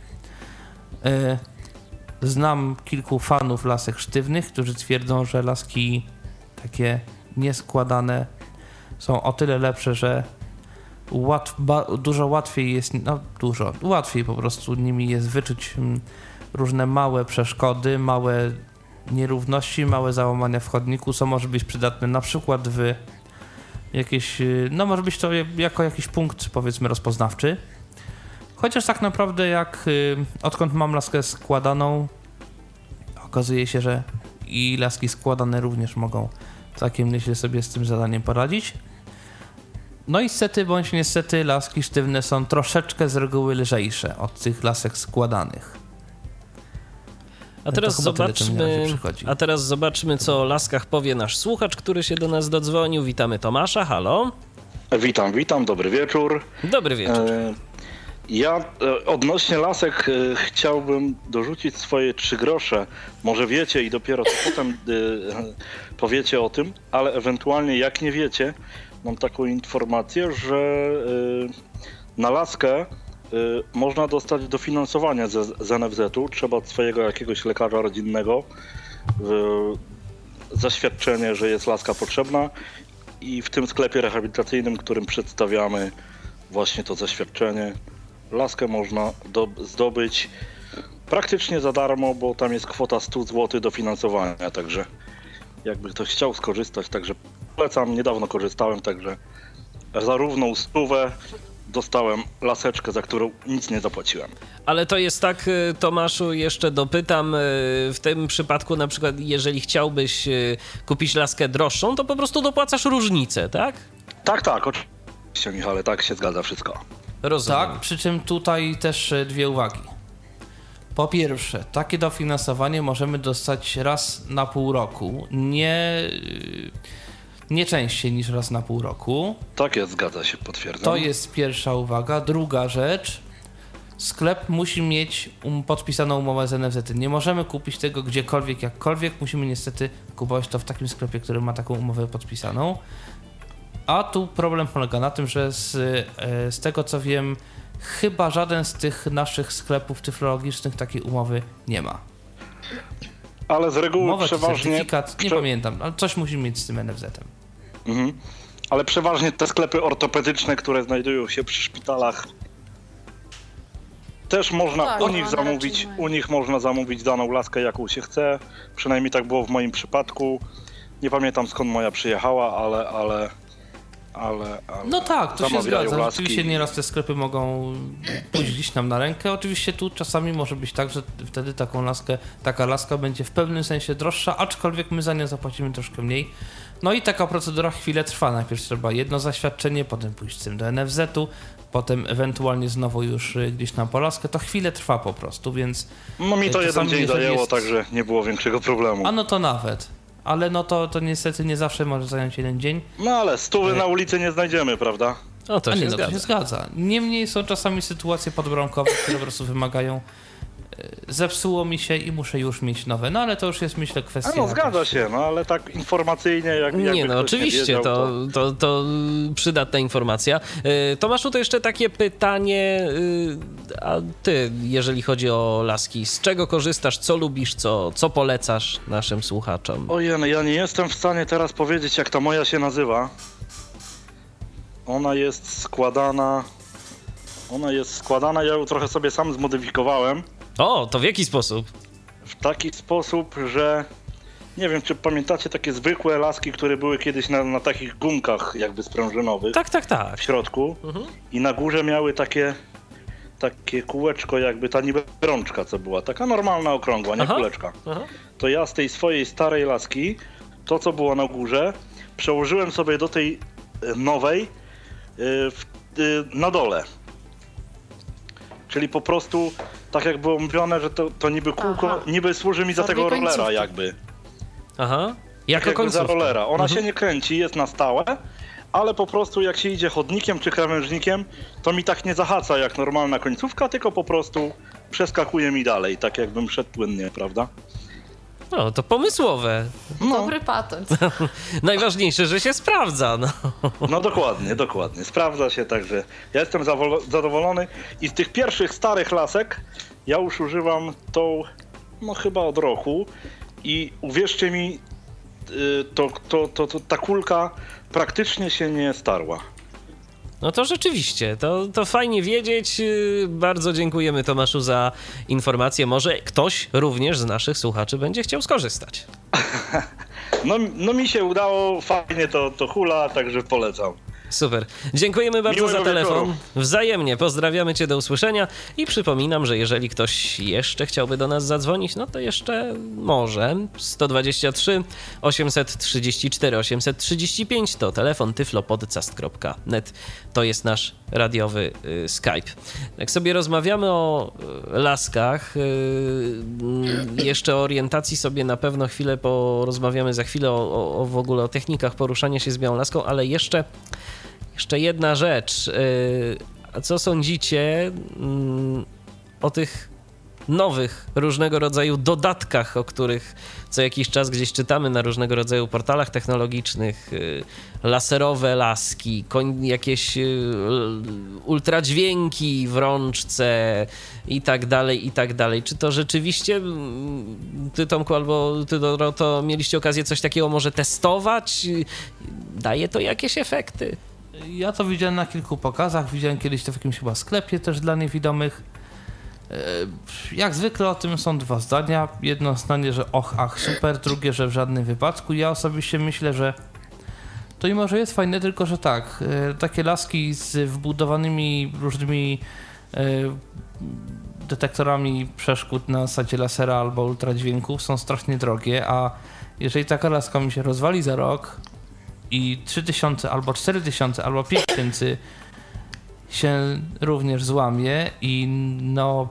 Speaker 4: Znam kilku fanów lasek sztywnych, którzy twierdzą, że laski takie nieskładane są o tyle lepsze, że Łatw, ba, dużo łatwiej jest, no dużo, łatwiej po prostu nimi jest wyczuć m, różne małe przeszkody, małe nierówności, małe załamania w chodniku, co może być przydatne na przykład w jakieś, no może być to jako jakiś punkt, powiedzmy, rozpoznawczy. Chociaż tak naprawdę jak y, odkąd mam laskę składaną, okazuje się, że i laski składane również mogą całkiem nieźle sobie z tym zadaniem poradzić. No i niestety bądź niestety laski sztywne są troszeczkę z reguły lżejsze od tych lasek składanych.
Speaker 2: A teraz zobaczmy, a teraz zobaczmy, co o laskach powie nasz słuchacz, który się do nas dodzwonił. Witamy Tomasza, halo.
Speaker 6: Witam, witam, dobry wieczór.
Speaker 2: Dobry wieczór.
Speaker 6: Ja odnośnie lasek chciałbym dorzucić swoje trzy grosze. Może wiecie i dopiero to potem powiecie o tym, ale ewentualnie jak nie wiecie, mam taką informację, że na laskę można dostać dofinansowanie z en ef zetu. Trzeba od swojego jakiegoś lekarza rodzinnego zaświadczenie, że jest laska potrzebna i w tym sklepie rehabilitacyjnym, którym przedstawiamy właśnie to zaświadczenie, laskę można do, zdobyć praktycznie za darmo, bo tam jest kwota sto złotych dofinansowania, także jakby ktoś chciał skorzystać, także polecam, niedawno korzystałem, także za równą stówę dostałem laseczkę, za którą nic nie zapłaciłem.
Speaker 2: Ale to jest tak, Tomaszu, jeszcze dopytam, w tym przypadku na przykład, jeżeli chciałbyś kupić laskę droższą, to po prostu dopłacasz różnicę, tak?
Speaker 6: Tak, tak, oczywiście, Michale, tak się zgadza wszystko.
Speaker 2: Rozumiem.
Speaker 4: Tak, przy czym tutaj też dwie uwagi. Po pierwsze, takie dofinansowanie możemy dostać raz na pół roku, nie, nie częściej niż raz na pół roku.
Speaker 6: Tak jest, zgadza się, potwierdzam.
Speaker 4: To jest pierwsza uwaga. Druga rzecz, sklep musi mieć um, podpisaną umowę z N F Z. Nie możemy kupić tego gdziekolwiek, jakkolwiek. Musimy niestety kupować to w takim sklepie, który ma taką umowę podpisaną. A tu problem polega na tym, że z, z tego co wiem, chyba żaden z tych naszych sklepów tyflologicznych takiej umowy nie ma.
Speaker 6: Ale z reguły
Speaker 4: Umowę,
Speaker 6: przeważnie...
Speaker 4: certyfikat, nie
Speaker 6: prze...
Speaker 4: pamiętam, ale coś musi mieć z tym N F Z-em.
Speaker 6: Mhm. Ale przeważnie te sklepy ortopedyczne, które znajdują się przy szpitalach, też można
Speaker 3: Tak,
Speaker 6: u
Speaker 3: no,
Speaker 6: nich
Speaker 3: ale
Speaker 6: zamówić,
Speaker 3: raczej mają.
Speaker 6: u nich można zamówić daną laskę, jaką się chce. Przynajmniej tak było w moim przypadku. Nie pamiętam skąd moja przyjechała, ale, ale, ale, ale
Speaker 4: No tak, to się
Speaker 6: zamawiają
Speaker 4: zgadza.
Speaker 6: laski.
Speaker 4: Rzeczywiście nieraz te sklepy mogą pójść gdzieś nam na rękę. Oczywiście tu czasami może być tak, że wtedy taką laskę, taka laska będzie w pewnym sensie droższa, aczkolwiek my za nią zapłacimy troszkę mniej. No i taka procedura chwilę trwa. Najpierw trzeba jedno zaświadczenie, potem pójść z tym do N F Z-u, potem ewentualnie znowu już gdzieś na Polaskę. To chwilę trwa po prostu, więc...
Speaker 6: No mi to jeden
Speaker 4: czasami,
Speaker 6: dzień
Speaker 4: jeżeli
Speaker 6: zajęło,
Speaker 4: jest-
Speaker 6: także nie było większego problemu.
Speaker 4: A no to nawet. Ale no to, to niestety nie zawsze może zająć jeden dzień.
Speaker 6: No ale stówy
Speaker 4: E-
Speaker 6: na ulicy nie znajdziemy, prawda?
Speaker 2: O, to
Speaker 4: A
Speaker 2: się
Speaker 4: nie, no
Speaker 2: zgadza.
Speaker 4: to się zgadza. Niemniej są czasami sytuacje podbramkowe, które po prostu wymagają e, zepsuło mi się i muszę już mieć nowe. No ale to już jest, myślę,
Speaker 6: A
Speaker 4: kwestia...
Speaker 6: no zgadza
Speaker 4: jakaś-
Speaker 6: się, no ale tak informacyjnie jak jakby
Speaker 2: Nie, no
Speaker 6: ktoś
Speaker 2: oczywiście,
Speaker 6: nie wiedział,
Speaker 2: to, to, to przydatna informacja. Yy, Tomaszu, to jeszcze takie pytanie, yy, a ty, jeżeli chodzi o laski, z czego korzystasz, co lubisz, co, co polecasz naszym słuchaczom?
Speaker 6: Ojej, ja nie jestem w stanie teraz powiedzieć, jak ta moja się nazywa. Ona jest składana... Ona jest składana, ja ją trochę sobie sam zmodyfikowałem.
Speaker 2: O, to w jaki sposób?
Speaker 6: W taki sposób, że... Nie wiem, czy pamiętacie takie zwykłe laski, które były kiedyś na, na takich gumkach jakby sprężynowych
Speaker 2: Tak, tak, tak.
Speaker 6: w środku.
Speaker 2: Mhm.
Speaker 6: I na górze miały takie... Takie kółeczko jakby, ta niby rączka co była. Taka normalna, okrągła, nie
Speaker 2: Aha.
Speaker 6: kuleczka.
Speaker 2: Aha.
Speaker 6: To ja z tej swojej starej laski, to co było na górze, przełożyłem sobie do tej e, nowej e, w, e, na dole. Czyli po prostu, tak jak było mówione, że to, to niby kółko,
Speaker 3: Aha.
Speaker 6: niby służy mi za
Speaker 3: Formie
Speaker 6: tego rollera
Speaker 3: końcówki.
Speaker 6: jakby.
Speaker 2: Aha.
Speaker 6: Tak
Speaker 2: Jako
Speaker 6: jakby za
Speaker 2: końcówka.
Speaker 6: rollera. Ona
Speaker 2: Mhm.
Speaker 6: się nie kręci, jest na stałe, ale po prostu jak się idzie chodnikiem czy krawężnikiem, to mi tak nie zahaca jak normalna końcówka, tylko po prostu przeskakuje mi dalej, tak jakbym szedł płynnie, prawda?
Speaker 2: No, to pomysłowe.
Speaker 3: Dobry patent.
Speaker 2: Najważniejsze, że się sprawdza. No.
Speaker 6: No dokładnie, dokładnie. Sprawdza się, także ja jestem zawol- zadowolony i z tych pierwszych starych lasek ja już używam tą, no chyba od roku i uwierzcie mi, y, to, to, to, to ta kulka praktycznie się nie starła.
Speaker 2: No to rzeczywiście, to, to fajnie wiedzieć. Yy, Bardzo dziękujemy Tomaszu za informację. Może ktoś również z naszych słuchaczy będzie chciał skorzystać.
Speaker 6: No, no mi się udało, fajnie to, to hula, także polecam.
Speaker 2: Super. Dziękujemy bardzo
Speaker 6: Miłego
Speaker 2: za telefon.
Speaker 6: wieczoru.
Speaker 2: Wzajemnie pozdrawiamy cię, do usłyszenia i przypominam, że jeżeli ktoś jeszcze chciałby do nas zadzwonić, no to jeszcze może. sto dwadzieścia trzy osiemset trzydzieści cztery osiemset trzydzieści pięć to telefon tyflopodcast kropka net. To jest nasz radiowy y, Skype. Jak sobie rozmawiamy o y, laskach, y, y, jeszcze o orientacji sobie na pewno chwilę porozmawiamy za chwilę o, o, o w ogóle o technikach poruszania się z białą laską, ale jeszcze Jeszcze jedna rzecz. Yy, A co sądzicie mm, o tych nowych różnego rodzaju dodatkach, o których co jakiś czas gdzieś czytamy na różnego rodzaju portalach technologicznych? Yy, Laserowe laski, koń, jakieś yy, ultradźwięki w rączce i tak dalej, i tak dalej. Czy to rzeczywiście, mm, ty Tomku albo ty Doroto, mieliście okazję coś takiego może testować? Daje to jakieś efekty?
Speaker 4: Ja to widziałem na kilku pokazach, widziałem kiedyś to w jakimś chyba sklepie też dla niewidomych. Jak zwykle o tym są dwa zdania. Jedno zdanie, że och, ach, super, drugie, że w żadnym wypadku. Ja osobiście myślę, że to i może jest fajne, tylko że tak, takie laski z wbudowanymi różnymi detektorami przeszkód na zasadzie lasera albo ultradźwięków są strasznie drogie, a jeżeli taka laska mi się rozwali za rok i trzy tysiące albo cztery tysiące albo pięć tysięcy się również złamie i no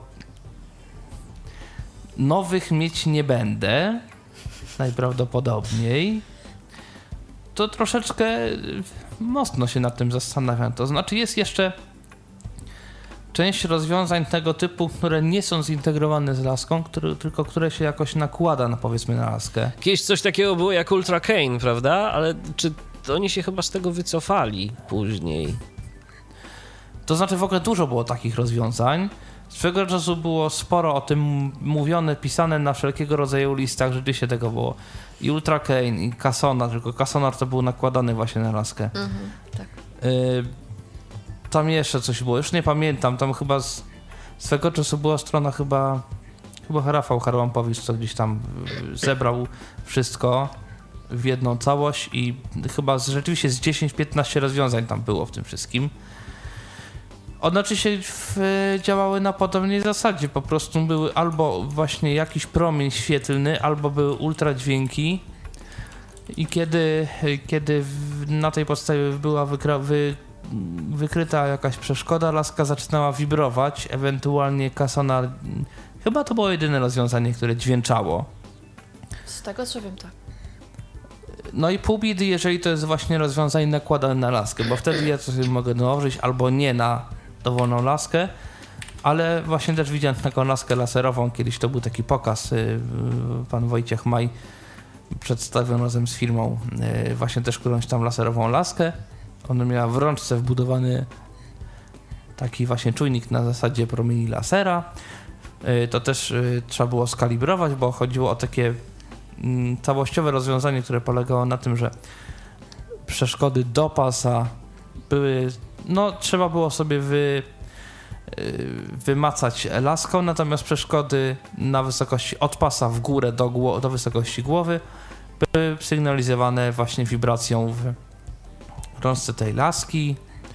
Speaker 4: nowych mieć nie będę najprawdopodobniej, to troszeczkę mocno się nad tym zastanawiam. To znaczy jest jeszcze część rozwiązań tego typu, które nie są zintegrowane z laską, które, tylko które się jakoś nakłada na, powiedzmy, na laskę.
Speaker 2: Kiedyś coś takiego było jak Ultra Cane, prawda? Ale czy oni się chyba z tego wycofali później?
Speaker 4: To znaczy w ogóle dużo było takich rozwiązań. Swego czasu było sporo o tym mówione, pisane na wszelkiego rodzaju listach, rzeczywiście tego było. I Ultra Cane, i Casonar, tylko Casonar to był nakładany właśnie na laskę.
Speaker 3: Mhm, tak.
Speaker 4: Y- tam jeszcze coś było, już nie pamiętam, tam chyba z swego czasu była strona chyba, chyba Rafał Harłampowicz, co gdzieś tam zebrał wszystko w jedną całość i chyba z, rzeczywiście z dziesięć piętnaście rozwiązań tam było w tym wszystkim. One oczywiście w, działały na podobnej zasadzie, po prostu były albo właśnie jakiś promień świetlny, albo były ultradźwięki i kiedy, kiedy na tej podstawie była wykra- wy, wykryta jakaś przeszkoda, laska zaczynała wibrować, ewentualnie Casonar, chyba to było jedyne rozwiązanie, które dźwięczało.
Speaker 3: Z tego co wiem, tak.
Speaker 4: No i pół biedy, jeżeli to jest właśnie rozwiązanie nakładane na laskę, bo wtedy ja coś mogę nałożyć albo nie na dowolną laskę, ale właśnie też widziałem taką laskę laserową, kiedyś to był taki pokaz, pan Wojciech Maj przedstawił razem z firmą właśnie też którąś tam laserową laskę. Ona miała w rączce wbudowany taki właśnie czujnik na zasadzie promieni lasera. To też trzeba było skalibrować, bo chodziło o takie całościowe rozwiązanie, które polegało na tym, że przeszkody do pasa były, no trzeba było sobie wy, wymacać laską, natomiast przeszkody na wysokości od pasa w górę do, gło- do wysokości głowy były sygnalizowane właśnie wibracją w rączce tej laski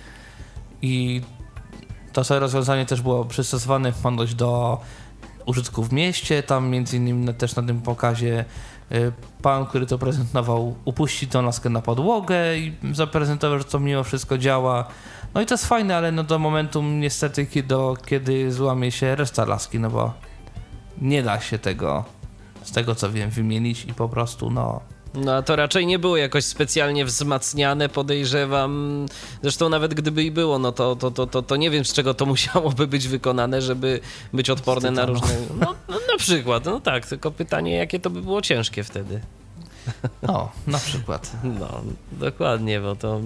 Speaker 4: i to sobie rozwiązanie też było przystosowane ponoć do użytku w mieście. Tam między innymi też na tym pokazie pan, który to prezentował, upuścił tą laskę na podłogę i zaprezentował, że to mimo wszystko działa. No i to jest fajne, ale no do momentu niestety, kiedy, kiedy złamie się reszta laski, no bo nie da się tego, z tego co wiem, wymienić i po prostu no...
Speaker 2: No a to raczej nie było jakoś specjalnie wzmacniane, podejrzewam. Zresztą nawet gdyby i było, no to, to, to, to, to nie wiem, z czego to musiałoby być wykonane, żeby być odporne na różne... No, no na przykład, no tak, tylko pytanie, jakie to by było ciężkie wtedy.
Speaker 4: O, na przykład.
Speaker 2: No, dokładnie, bo to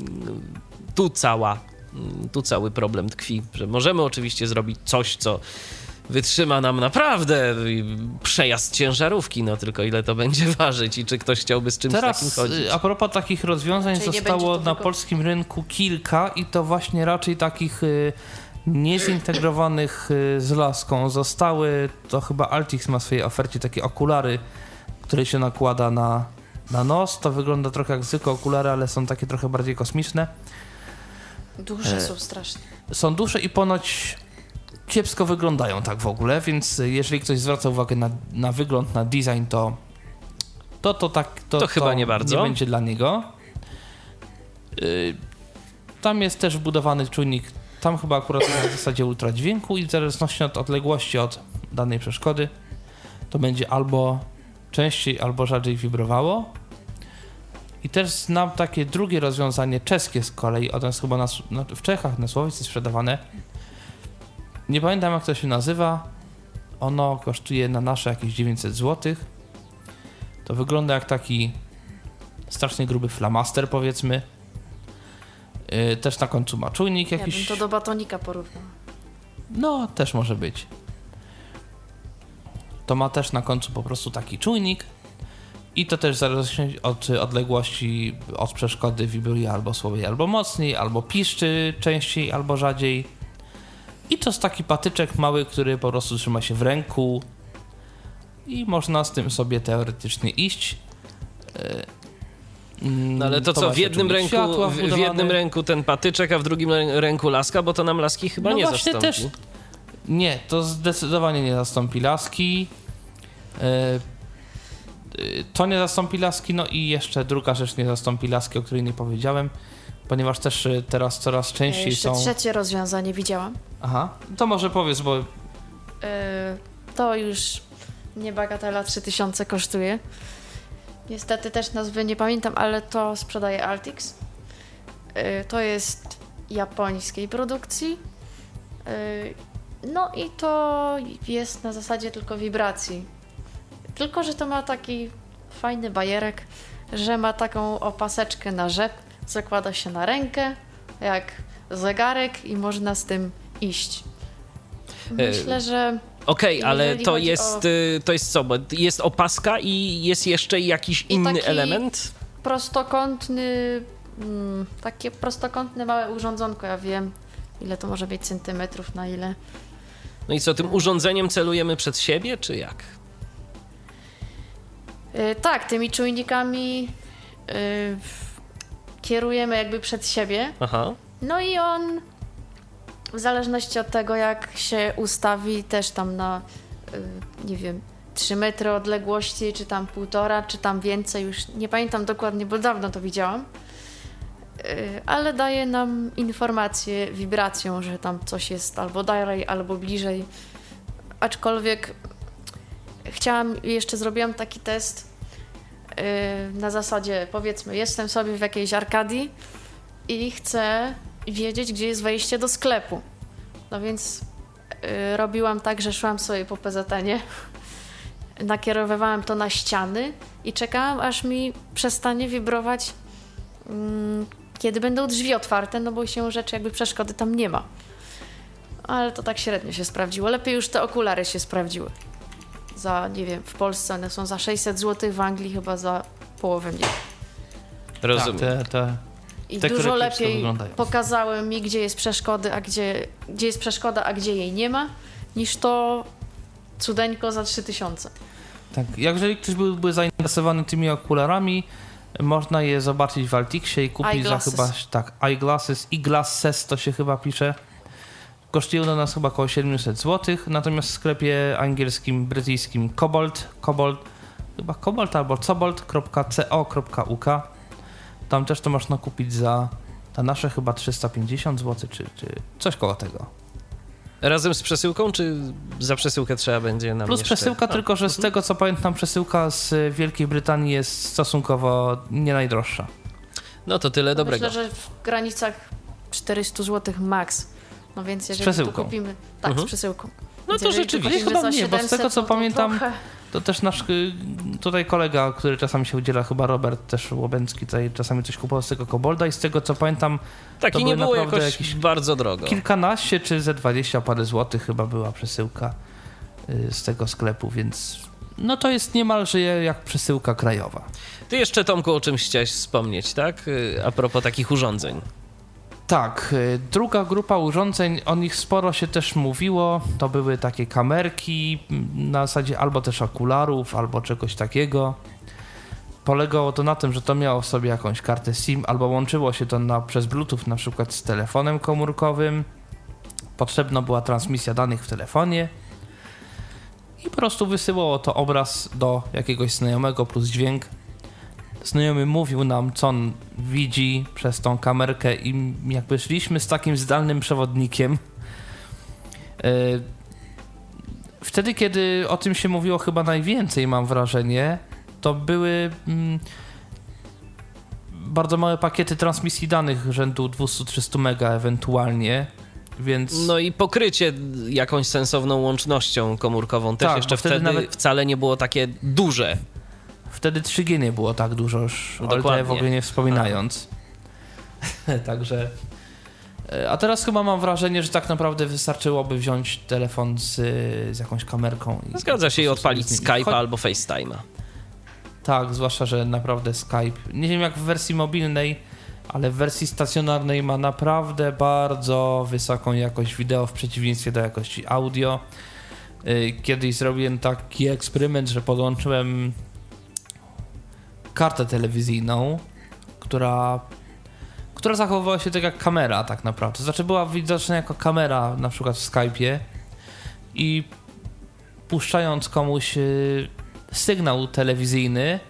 Speaker 2: tu cała, tu cały problem tkwi, że możemy oczywiście zrobić coś, co wytrzyma nam naprawdę przejazd ciężarówki, no tylko ile to będzie ważyć i czy ktoś chciałby z czymś
Speaker 4: Teraz,
Speaker 2: takim chodzić.
Speaker 4: A propos takich rozwiązań,
Speaker 3: Czyli
Speaker 4: zostało na
Speaker 3: tylko...
Speaker 4: polskim rynku kilka i to właśnie raczej takich y, niezintegrowanych y, z laską. Zostały, to chyba Altix ma w swojej ofercie takie okulary, które się nakłada na, na nos. To wygląda trochę jak zwykłe okulary, ale są takie trochę bardziej kosmiczne.
Speaker 3: Duże
Speaker 4: e,
Speaker 3: są strasznie.
Speaker 4: Są duże i ponoć kiepsko wyglądają tak w ogóle, więc jeżeli ktoś zwraca uwagę na, na wygląd, na design, to to, to tak to,
Speaker 2: to chyba
Speaker 4: to
Speaker 2: nie bardzo.
Speaker 4: Nie będzie dla niego. Yy, tam jest też wbudowany czujnik, tam chyba akurat na zasadzie ultradźwięku i w zależności od odległości od danej przeszkody to będzie albo częściej, albo rzadziej wibrowało. I też znam takie drugie rozwiązanie czeskie z kolei, ono jest chyba na, na, w Czechach na Słowicy sprzedawane. Nie pamiętam jak to się nazywa. Ono kosztuje na nasze jakieś dziewięćset złotych. To wygląda jak taki strasznie gruby flamaster, powiedzmy. Yy, też na końcu ma czujnik jakiś.
Speaker 3: Ja bym to do batonika porównał.
Speaker 4: No, też może być. To ma też na końcu po prostu taki czujnik. I to też zależy od odległości od przeszkody wibruje albo słabiej, albo mocniej, albo piszczy częściej, albo rzadziej. I to jest taki patyczek mały, który po prostu trzyma się w ręku i można z tym sobie teoretycznie iść.
Speaker 2: No ale to, to co, w jednym, ręku, w, w jednym ręku ten patyczek, a w drugim ręku laska, bo to nam laski chyba
Speaker 4: no
Speaker 2: nie
Speaker 4: właśnie
Speaker 2: zastąpi.
Speaker 4: Też, nie, to zdecydowanie nie zastąpi laski. To nie zastąpi laski, no i jeszcze druga rzecz nie zastąpi laski, o której nie powiedziałem, ponieważ też teraz coraz częściej
Speaker 3: ja jeszcze
Speaker 4: są...
Speaker 3: trzecie rozwiązanie widziałam.
Speaker 4: Aha, to może powiedz, bo...
Speaker 3: Yy, to już nie bagatela, trzy tysiące kosztuje. Niestety też nazwy nie pamiętam, ale to sprzedaje Altix. Yy, to jest japońskiej produkcji. Yy, no i to jest na zasadzie tylko wibracji. Tylko że to ma taki fajny bajerek, że ma taką opaseczkę na rzep, zakłada się na rękę, jak zegarek i można z tym iść. Myślę, że...
Speaker 2: Okej, okay, ale to jest,
Speaker 3: o...
Speaker 2: to jest co? Bo jest opaska i jest jeszcze jakiś
Speaker 3: I
Speaker 2: inny
Speaker 3: taki
Speaker 2: element?
Speaker 3: prostokątny, mm, takie prostokątne małe urządzonko, ja wiem, ile to może być centymetrów, na ile.
Speaker 2: No i co, tym urządzeniem celujemy przed siebie, czy jak?
Speaker 3: Yy, tak, tymi czujnikami yy, kierujemy jakby przed siebie.
Speaker 2: Aha.
Speaker 3: No i on w zależności od tego, jak się ustawi też tam na, yy, nie wiem, trzy metry odległości, czy tam półtora, czy tam więcej, już nie pamiętam dokładnie, bo dawno to widziałam, yy, ale daje nam informację wibracją, że tam coś jest albo dalej, albo bliżej. Aczkolwiek chciałam, jeszcze zrobiłam taki test yy, na zasadzie, powiedzmy, jestem sobie w jakiejś arkadii i chcę wiedzieć, gdzie jest wejście do sklepu. No więc yy, robiłam tak, że szłam sobie po P Z N-ie, nakierowywałam to na ściany i czekałam, aż mi przestanie wibrować, yy, kiedy będą drzwi otwarte, no bo się rzeczy jakby przeszkody tam nie ma. Ale to tak średnio się sprawdziło. Lepiej już te okulary się sprawdziły. Za, nie wiem, w Polsce one są za sześćset złotych, w Anglii chyba za połowę mniej.
Speaker 2: Rozumiem.
Speaker 4: Tak, te, te,
Speaker 3: I
Speaker 4: te,
Speaker 3: dużo lepiej pokazały mi, gdzie jest przeszkody, a gdzie, gdzie jest przeszkoda, a gdzie jej nie ma, niż to cudeńko za trzy tysiące.
Speaker 4: Tak, jeżeli ktoś byłby zainteresowany tymi okularami, można je zobaczyć w Altixie i kupić
Speaker 3: eyeglasses.
Speaker 4: za chyba, tak, eyeglasses, eyeglasses to się chyba pisze. Kosztują do nas chyba około siedemset złotych, natomiast w sklepie angielskim, brytyjskim Cobalt, Cobalt, chyba Cobalt albo cobalt kropka co kropka uk, tam też to można kupić za, za nasze chyba trzysta pięćdziesiąt złotych, czy, czy coś koło tego.
Speaker 2: Razem z przesyłką, czy za przesyłkę trzeba będzie nam
Speaker 4: Plus
Speaker 2: jeszcze...
Speaker 4: przesyłka,
Speaker 2: A.
Speaker 4: tylko że z tego co pamiętam, przesyłka z Wielkiej Brytanii jest stosunkowo nie najdroższa.
Speaker 2: No to tyle
Speaker 3: No
Speaker 2: dobrego.
Speaker 3: myślę, że w granicach czterysta złotych max. No więc jeżeli tu kupimy... Tak,
Speaker 2: mhm.
Speaker 3: z przesyłką.
Speaker 2: No
Speaker 3: Więc
Speaker 2: to rzeczywiście.
Speaker 4: Chyba nie, bo z tego co
Speaker 3: no to
Speaker 4: pamiętam,
Speaker 3: trochę...
Speaker 4: to też nasz tutaj kolega, który czasami się udziela, chyba Robert też Łobęcki, tutaj czasami coś kupował z tego Kobolda i z tego co pamiętam,
Speaker 2: tak,
Speaker 4: to
Speaker 2: i nie
Speaker 4: były
Speaker 2: było
Speaker 4: naprawdę
Speaker 2: jakoś
Speaker 4: jakieś
Speaker 2: bardzo drogo.
Speaker 4: kilkanaście czy ze dwadzieścia parę złotych chyba była przesyłka z tego sklepu, więc no to jest niemalże jak przesyłka krajowa.
Speaker 2: Ty jeszcze, Tomku, o czymś chciałeś wspomnieć, tak? A propos takich urządzeń.
Speaker 4: Tak, druga grupa urządzeń, o nich sporo się też mówiło, to były takie kamerki na zasadzie albo też okularów, albo czegoś takiego. Polegało to na tym, że to miało w sobie jakąś kartę SIM, albo łączyło się to na, przez Bluetooth na przykład z telefonem komórkowym. Potrzebna była transmisja danych w telefonie i po prostu wysyłało to obraz do jakiegoś znajomego plus dźwięk. Znajomy mówił nam, co on widzi przez tą kamerkę i jakby szliśmy z takim zdalnym przewodnikiem. Wtedy, kiedy o tym się mówiło chyba najwięcej, mam wrażenie, to były mm, bardzo małe pakiety transmisji danych rzędu dwieście trzysta mega ewentualnie, więc...
Speaker 2: No i pokrycie jakąś sensowną łącznością komórkową też
Speaker 4: tak,
Speaker 2: jeszcze
Speaker 4: wtedy,
Speaker 2: wtedy
Speaker 4: nawet...
Speaker 2: wcale nie było takie duże.
Speaker 4: Wtedy trzy G nie było tak dużo już,
Speaker 2: No
Speaker 4: o L T E w ogóle nie wspominając. Także... A teraz chyba mam wrażenie, że tak naprawdę wystarczyłoby wziąć telefon z, z jakąś kamerką. I
Speaker 2: Zgadza się i odpalić Skype'a
Speaker 4: Cho-
Speaker 2: albo FaceTime'a.
Speaker 4: Tak, zwłaszcza, że naprawdę Skype, nie wiem jak w wersji mobilnej, ale w wersji stacjonarnej ma naprawdę bardzo wysoką jakość wideo w przeciwieństwie do jakości audio. Kiedyś zrobiłem taki eksperyment, że podłączyłem kartę telewizyjną, która, która zachowywała się tak jak kamera tak naprawdę. To znaczy była widoczna jako kamera na przykład w Skype'ie i puszczając komuś sygnał telewizyjny,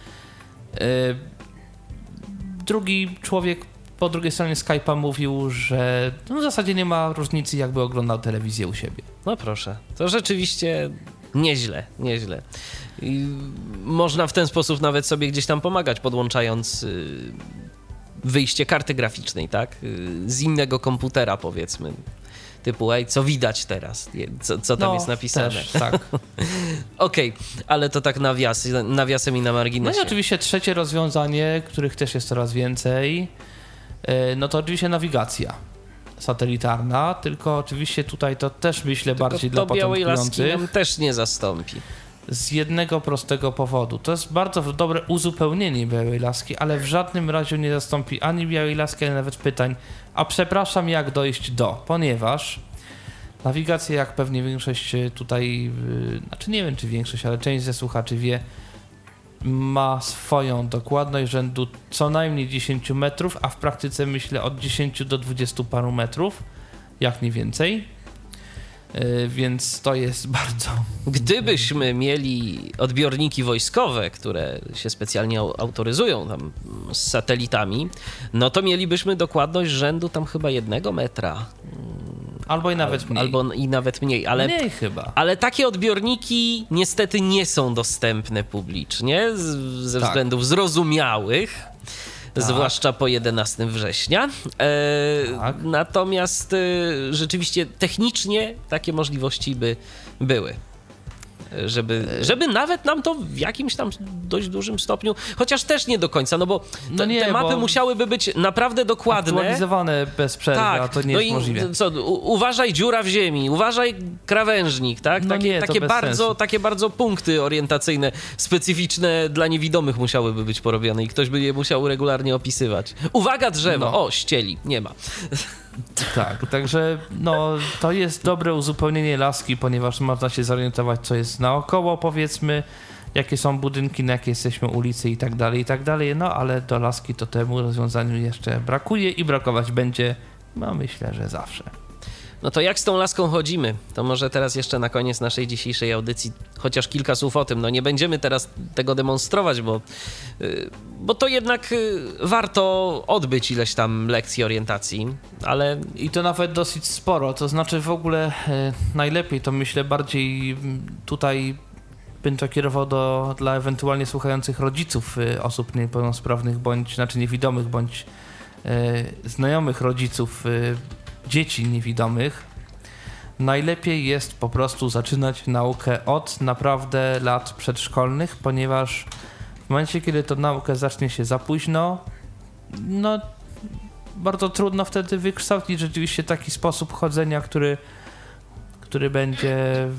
Speaker 4: drugi człowiek po drugiej stronie Skype'a mówił, że no w zasadzie nie ma różnicy, jakby oglądał telewizję u siebie.
Speaker 2: No proszę, to rzeczywiście nieźle, nieźle. I można w ten sposób nawet sobie gdzieś tam pomagać, podłączając wyjście karty graficznej, tak? Z innego komputera, powiedzmy. Typu, ej, co widać teraz? Co, co tam
Speaker 4: no,
Speaker 2: jest napisane?
Speaker 4: Też, tak.
Speaker 2: Okej, okay, ale to tak nawias, nawiasem i na marginesie.
Speaker 4: No i oczywiście trzecie rozwiązanie, których też jest coraz więcej, no to oczywiście nawigacja satelitarna, tylko oczywiście tutaj to też myślę
Speaker 2: tylko
Speaker 4: bardziej
Speaker 2: to
Speaker 4: dla
Speaker 2: białej laski
Speaker 4: początkujących.
Speaker 2: nam też nie zastąpi.
Speaker 4: Z jednego prostego powodu. To jest bardzo dobre uzupełnienie białej laski, ale w żadnym razie nie zastąpi ani białej laski, ani nawet pytań, a przepraszam, jak dojść do, ponieważ nawigacja, jak pewnie większość tutaj, yy, znaczy nie wiem czy większość, ale część ze słuchaczy wie, ma swoją dokładność rzędu co najmniej dziesięć metrów, a w praktyce myślę od dziesięciu do dwudziestu paru metrów, jak nie więcej. Yy, więc to jest bardzo...
Speaker 2: Gdybyśmy mieli odbiorniki wojskowe, które się specjalnie autoryzują tam z satelitami, no to mielibyśmy dokładność rzędu tam chyba jednego metra.
Speaker 4: Albo i nawet mniej.
Speaker 2: Albo i nawet mniej, ale,
Speaker 4: mniej chyba.
Speaker 2: Ale takie odbiorniki niestety nie są dostępne publicznie z, ze
Speaker 4: tak.
Speaker 2: względów zrozumiałych. Tak. Zwłaszcza po jedenastego września. E,
Speaker 4: tak.
Speaker 2: Natomiast e, rzeczywiście technicznie takie możliwości by były. Żeby, żeby nawet nam to w jakimś tam dość dużym stopniu, chociaż też nie do końca, no bo te,
Speaker 4: no nie,
Speaker 2: te mapy
Speaker 4: bo
Speaker 2: musiałyby być naprawdę dokładne.
Speaker 4: Aktualizowane bez przerwy,
Speaker 2: tak,
Speaker 4: a to nie
Speaker 2: no
Speaker 4: jest
Speaker 2: i
Speaker 4: możliwe.
Speaker 2: Co, u, uważaj dziura w ziemi, uważaj krawężnik, tak?
Speaker 4: No
Speaker 2: Takie,
Speaker 4: nie,
Speaker 2: takie, bardzo, takie bardzo punkty orientacyjne, specyficzne dla niewidomych musiałyby być porobione i ktoś by je musiał regularnie opisywać. Uwaga drzewo, no. O, ścieli, nie ma.
Speaker 4: Tak, także no, to jest dobre uzupełnienie laski, ponieważ można się zorientować, co jest naokoło, powiedzmy, jakie są budynki, na jakiej jesteśmy ulicy i tak dalej, i tak dalej, no ale do laski to temu rozwiązaniu jeszcze brakuje i brakować będzie, no myślę, że zawsze.
Speaker 2: No to jak z tą laską chodzimy? To może teraz jeszcze na koniec naszej dzisiejszej audycji chociaż kilka słów o tym. No nie będziemy teraz tego demonstrować, bo, bo to jednak warto odbyć ileś tam lekcji orientacji, ale...
Speaker 4: I to nawet dosyć sporo, to znaczy w ogóle e, najlepiej to myślę bardziej tutaj bym to kierował do, dla ewentualnie słuchających rodziców e, osób niepełnosprawnych, bądź, znaczy niewidomych, bądź e, znajomych rodziców e, dzieci niewidomych. Najlepiej jest po prostu zaczynać naukę od naprawdę lat przedszkolnych, ponieważ w momencie, kiedy to naukę zacznie się za późno, no bardzo trudno wtedy wykształcić rzeczywiście taki sposób chodzenia, który, który będzie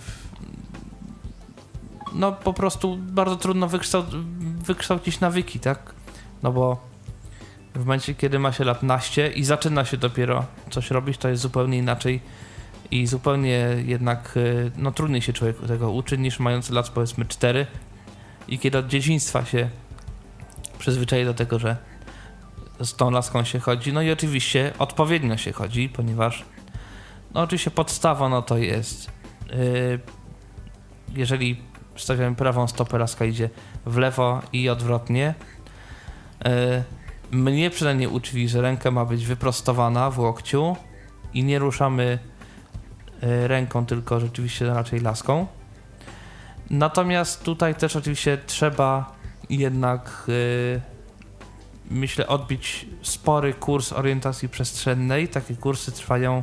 Speaker 4: no po prostu bardzo trudno wykształ- wykształcić nawyki, tak? No bo w momencie, kiedy ma się lat naście i zaczyna się dopiero coś robić, to jest zupełnie inaczej i zupełnie jednak no, trudniej się człowiek tego uczy niż mając lat powiedzmy cztery i kiedy od dzieciństwa się przyzwyczai do tego, że z tą laską się chodzi, no i oczywiście odpowiednio się chodzi, ponieważ no oczywiście podstawa no to jest yy, jeżeli stawiamy prawą stopę, laska idzie w lewo i odwrotnie. Yy, Mnie przynajmniej uczyli, że ręka ma być wyprostowana w łokciu i nie ruszamy ręką, tylko rzeczywiście raczej laską. Natomiast tutaj też oczywiście trzeba jednak, yy, myślę, odbyć spory kurs orientacji przestrzennej. Takie kursy trwają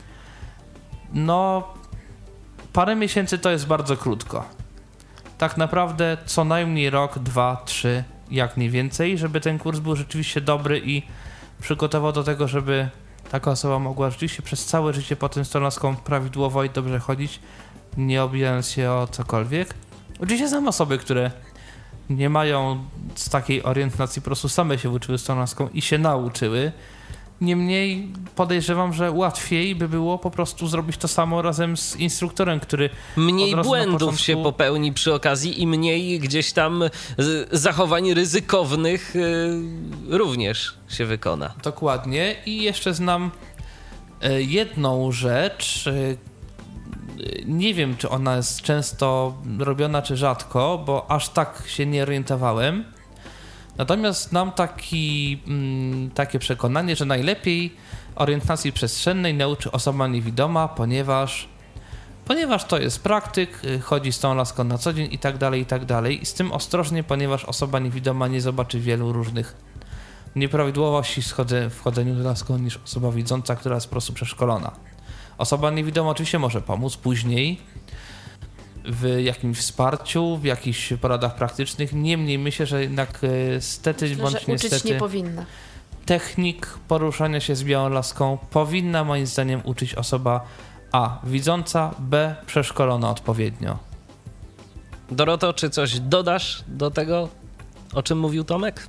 Speaker 4: no parę miesięcy, to jest bardzo krótko. Tak naprawdę co najmniej rok, dwa, trzy, jak nie więcej, żeby ten kurs był rzeczywiście dobry i przygotował do tego, żeby taka osoba mogła rzeczywiście przez całe życie potem z tą laską prawidłowo i dobrze chodzić, nie obijając się o cokolwiek. Oczywiście znam osoby, które nie mają z takiej orientacji, po prostu same się uczyły z tą laską i się nauczyły. Niemniej podejrzewam, że łatwiej by było po prostu zrobić to samo razem z instruktorem, który
Speaker 2: mniej
Speaker 4: od razu
Speaker 2: błędów
Speaker 4: na początku...
Speaker 2: się popełni przy okazji i mniej gdzieś tam zachowań ryzykownych również się wykona.
Speaker 4: Dokładnie. I jeszcze znam jedną rzecz. Nie wiem, czy ona jest często robiona, czy rzadko, bo aż tak się nie orientowałem. Natomiast znam taki, mm, takie przekonanie, że najlepiej orientacji przestrzennej nauczy osoba niewidoma, ponieważ, ponieważ to jest praktyk, chodzi z tą laską na co dzień i tak dalej, i tak dalej. I z tym ostrożnie, ponieważ osoba niewidoma nie zobaczy wielu różnych nieprawidłowości w chodzeniu z laską niż osoba widząca, która jest po prostu przeszkolona. Osoba niewidoma oczywiście może pomóc później w jakimś wsparciu, w jakichś poradach praktycznych. Niemniej myślę, że jednak stety
Speaker 3: Myślę,
Speaker 4: bądź
Speaker 3: że uczyć
Speaker 4: niestety
Speaker 3: nie powinna.
Speaker 4: technik poruszania się z białą laską powinna moim zdaniem uczyć osoba A. widząca, B. przeszkolona odpowiednio.
Speaker 2: Doroto, czy coś dodasz do tego, o czym mówił Tomek?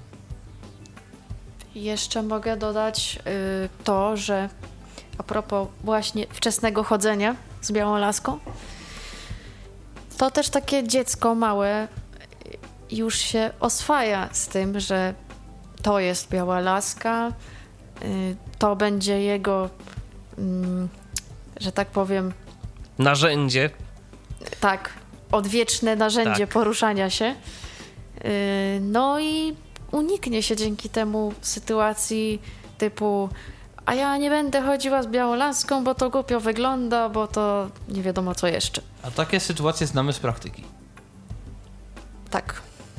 Speaker 3: Jeszcze mogę dodać y, to, że a propos właśnie wczesnego chodzenia z białą laską, to też takie dziecko małe już się oswaja z tym, że to jest biała laska, y, to będzie jego, y, że tak powiem,
Speaker 2: Narzędzie.
Speaker 3: tak, odwieczne narzędzie
Speaker 2: Tak.
Speaker 3: poruszania się. Y, no i uniknie się dzięki temu sytuacji typu a ja nie będę chodziła z białą laską, bo to głupio wygląda, bo to nie wiadomo co jeszcze.
Speaker 4: A takie sytuacje znamy z praktyki.
Speaker 3: Tak.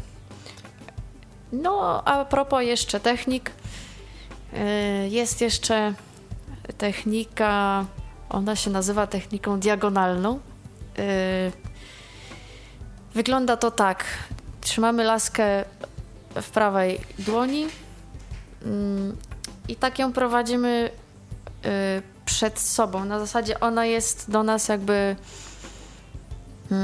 Speaker 3: No, a propos jeszcze technik, yy, jest jeszcze technika, ona się nazywa techniką diagonalną. Yy, wygląda to tak. Trzymamy laskę w prawej dłoni yy, i tak ją prowadzimy yy, przed sobą. Na zasadzie ona jest do nas jakby... Yy,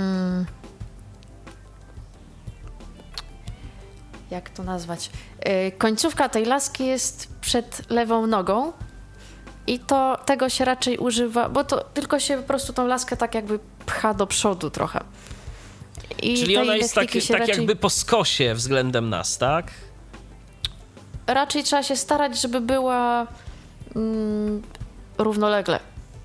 Speaker 3: jak to nazwać? Yy, końcówka tej laski jest przed lewą nogą i to tego się raczej używa, bo to tylko się po prostu tą laskę tak jakby pcha do przodu trochę. I
Speaker 2: Czyli ona jest tak,
Speaker 3: się
Speaker 2: tak
Speaker 3: raczej,
Speaker 2: jakby po skosie względem nas, tak?
Speaker 3: raczej trzeba się starać, żeby była mm, równolegle.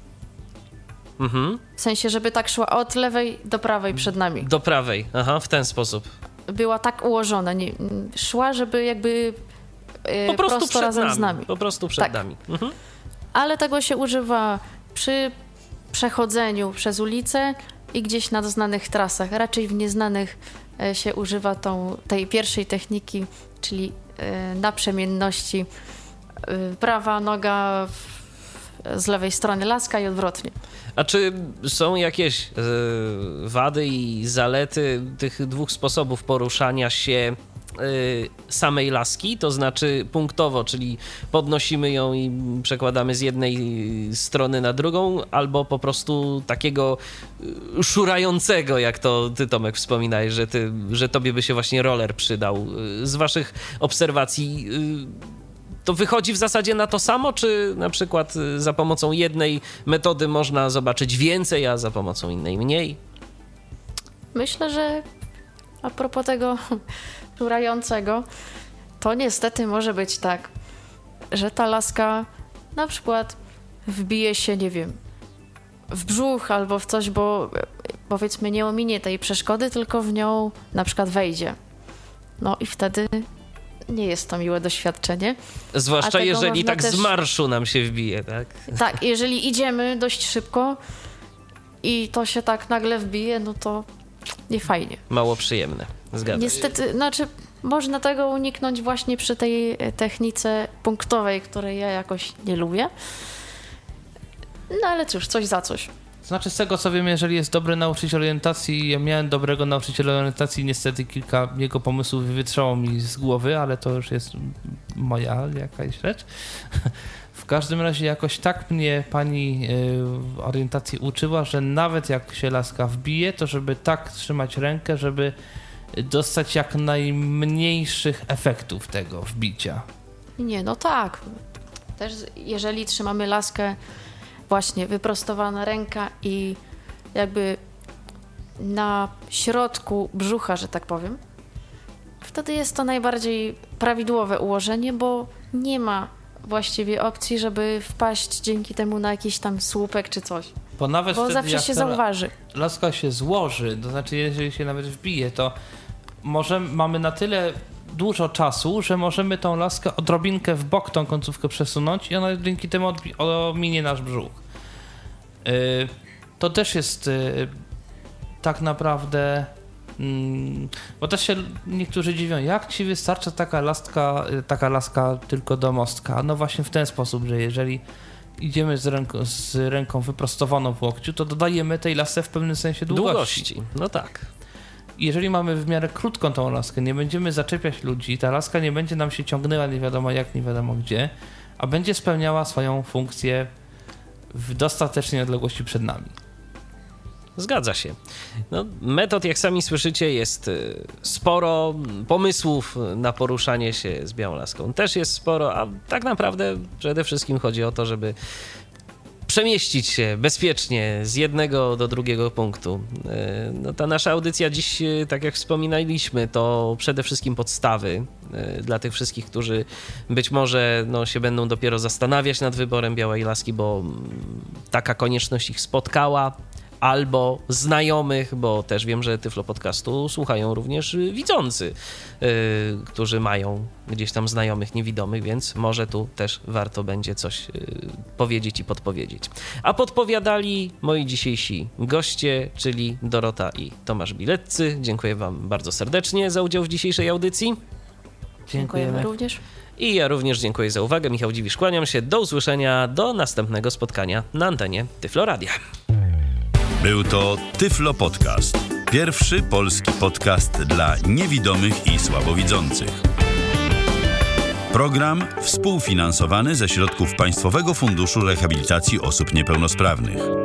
Speaker 2: Mhm.
Speaker 3: W sensie, żeby tak szła od lewej do prawej przed nami.
Speaker 2: Do prawej, aha, w ten sposób.
Speaker 3: Była tak ułożona, nie, szła, żeby jakby yy,
Speaker 2: Po prostu
Speaker 3: prosto
Speaker 2: przed
Speaker 3: razem
Speaker 2: nami.
Speaker 3: z nami.
Speaker 2: Po prostu przed
Speaker 3: Tak.
Speaker 2: nami. Mhm.
Speaker 3: Ale tego się używa przy przechodzeniu przez ulicę i gdzieś na znanych trasach. Raczej w nieznanych e, się używa tą, tej pierwszej techniki, czyli e, naprzemienności e, prawa noga w, z lewej strony laska i odwrotnie.
Speaker 2: A czy są jakieś y, wady i zalety tych dwóch sposobów poruszania się y, samej laski? To znaczy punktowo, czyli podnosimy ją i przekładamy z jednej strony na drugą, albo po prostu takiego y, szurającego, jak to ty, Tomek, wspominałeś, że, ty, że tobie by się właśnie roller przydał. Y, z waszych obserwacji y, to wychodzi w zasadzie na to samo, czy na przykład za pomocą jednej metody można zobaczyć więcej, a za pomocą innej mniej?
Speaker 3: Myślę, że a propos tego szurającego, to niestety może być tak, że ta laska na przykład wbije się, nie wiem, w brzuch albo w coś, bo powiedzmy nie ominie tej przeszkody, tylko w nią na przykład wejdzie. No i wtedy nie jest to miłe doświadczenie.
Speaker 2: Zwłaszcza jeżeli tak
Speaker 3: też...
Speaker 2: z marszu nam się wbije, tak?
Speaker 3: Tak, jeżeli idziemy dość szybko i to się tak nagle wbije, no to nie fajnie.
Speaker 2: Mało przyjemne, zgadzam się.
Speaker 3: Niestety, znaczy można tego uniknąć właśnie przy tej technice punktowej, której ja jakoś nie lubię. No ale cóż, coś za coś.
Speaker 4: Znaczy z tego co wiem, jeżeli jest dobry nauczyciel orientacji, ja miałem dobrego nauczyciela orientacji, niestety kilka jego pomysłów wytrzało mi z głowy, ale to już jest moja jakaś rzecz. W każdym razie jakoś tak mnie pani y, orientacji uczyła, że nawet jak się laska wbije, to żeby tak trzymać rękę, żeby dostać jak najmniejszych efektów tego wbicia.
Speaker 3: Nie, no tak. Też jeżeli trzymamy laskę właśnie wyprostowana ręka i jakby na środku brzucha, że tak powiem, wtedy jest to najbardziej prawidłowe ułożenie, bo nie ma właściwie opcji, żeby wpaść dzięki temu na jakiś tam słupek czy coś.
Speaker 4: Bo nawet
Speaker 3: Bo
Speaker 4: wtedy,
Speaker 3: zawsze
Speaker 4: jak
Speaker 3: się
Speaker 4: ta
Speaker 3: zauważy.
Speaker 4: laska się złoży, to znaczy jeżeli się nawet wbije, to może mamy na tyle dużo czasu, że możemy tą laskę odrobinkę w bok, tą końcówkę przesunąć i ona dzięki temu odbi- ominie nasz brzuch. Yy, to też jest yy, tak naprawdę... Mm, bo też się niektórzy dziwią, jak ci wystarcza taka laska, taka laska tylko do mostka. No właśnie w ten sposób, że jeżeli idziemy z ręką, z ręką wyprostowaną w łokciu, to dodajemy tej lasce w pewnym sensie długości.
Speaker 2: Długości, no tak.
Speaker 4: Jeżeli mamy w miarę krótką tą laskę, nie będziemy zaczepiać ludzi, ta laska nie będzie nam się ciągnęła nie wiadomo jak, nie wiadomo gdzie, a będzie spełniała swoją funkcję w dostatecznej odległości przed nami.
Speaker 2: Zgadza się. No, metod, jak sami słyszycie, jest sporo, pomysłów na poruszanie się z białą laską też jest sporo, a tak naprawdę przede wszystkim chodzi o to, żeby przemieścić się bezpiecznie z jednego do drugiego punktu. No, ta nasza audycja dziś, tak jak wspominaliśmy, to przede wszystkim podstawy dla tych wszystkich, którzy być może no, się będą dopiero zastanawiać nad wyborem białej laski, bo taka konieczność ich spotkała, albo znajomych, bo też wiem, że Tyflo Podcastu słuchają również widzący, yy, którzy mają gdzieś tam znajomych niewidomych, więc może tu też warto będzie coś yy, powiedzieć i podpowiedzieć. A podpowiadali moi dzisiejsi goście, czyli Dorota i Tomasz Bileccy. Dziękuję wam bardzo serdecznie za udział w dzisiejszej audycji.
Speaker 3: Dziękujemy również.
Speaker 2: I ja również dziękuję za uwagę. Michał Dziwisz, kłaniam się. Do usłyszenia, do następnego spotkania na antenie Tyflo Radia.
Speaker 1: Był to Tyflo Podcast. Pierwszy polski podcast dla niewidomych i słabowidzących. Program współfinansowany ze środków Państwowego Funduszu Rehabilitacji Osób Niepełnosprawnych.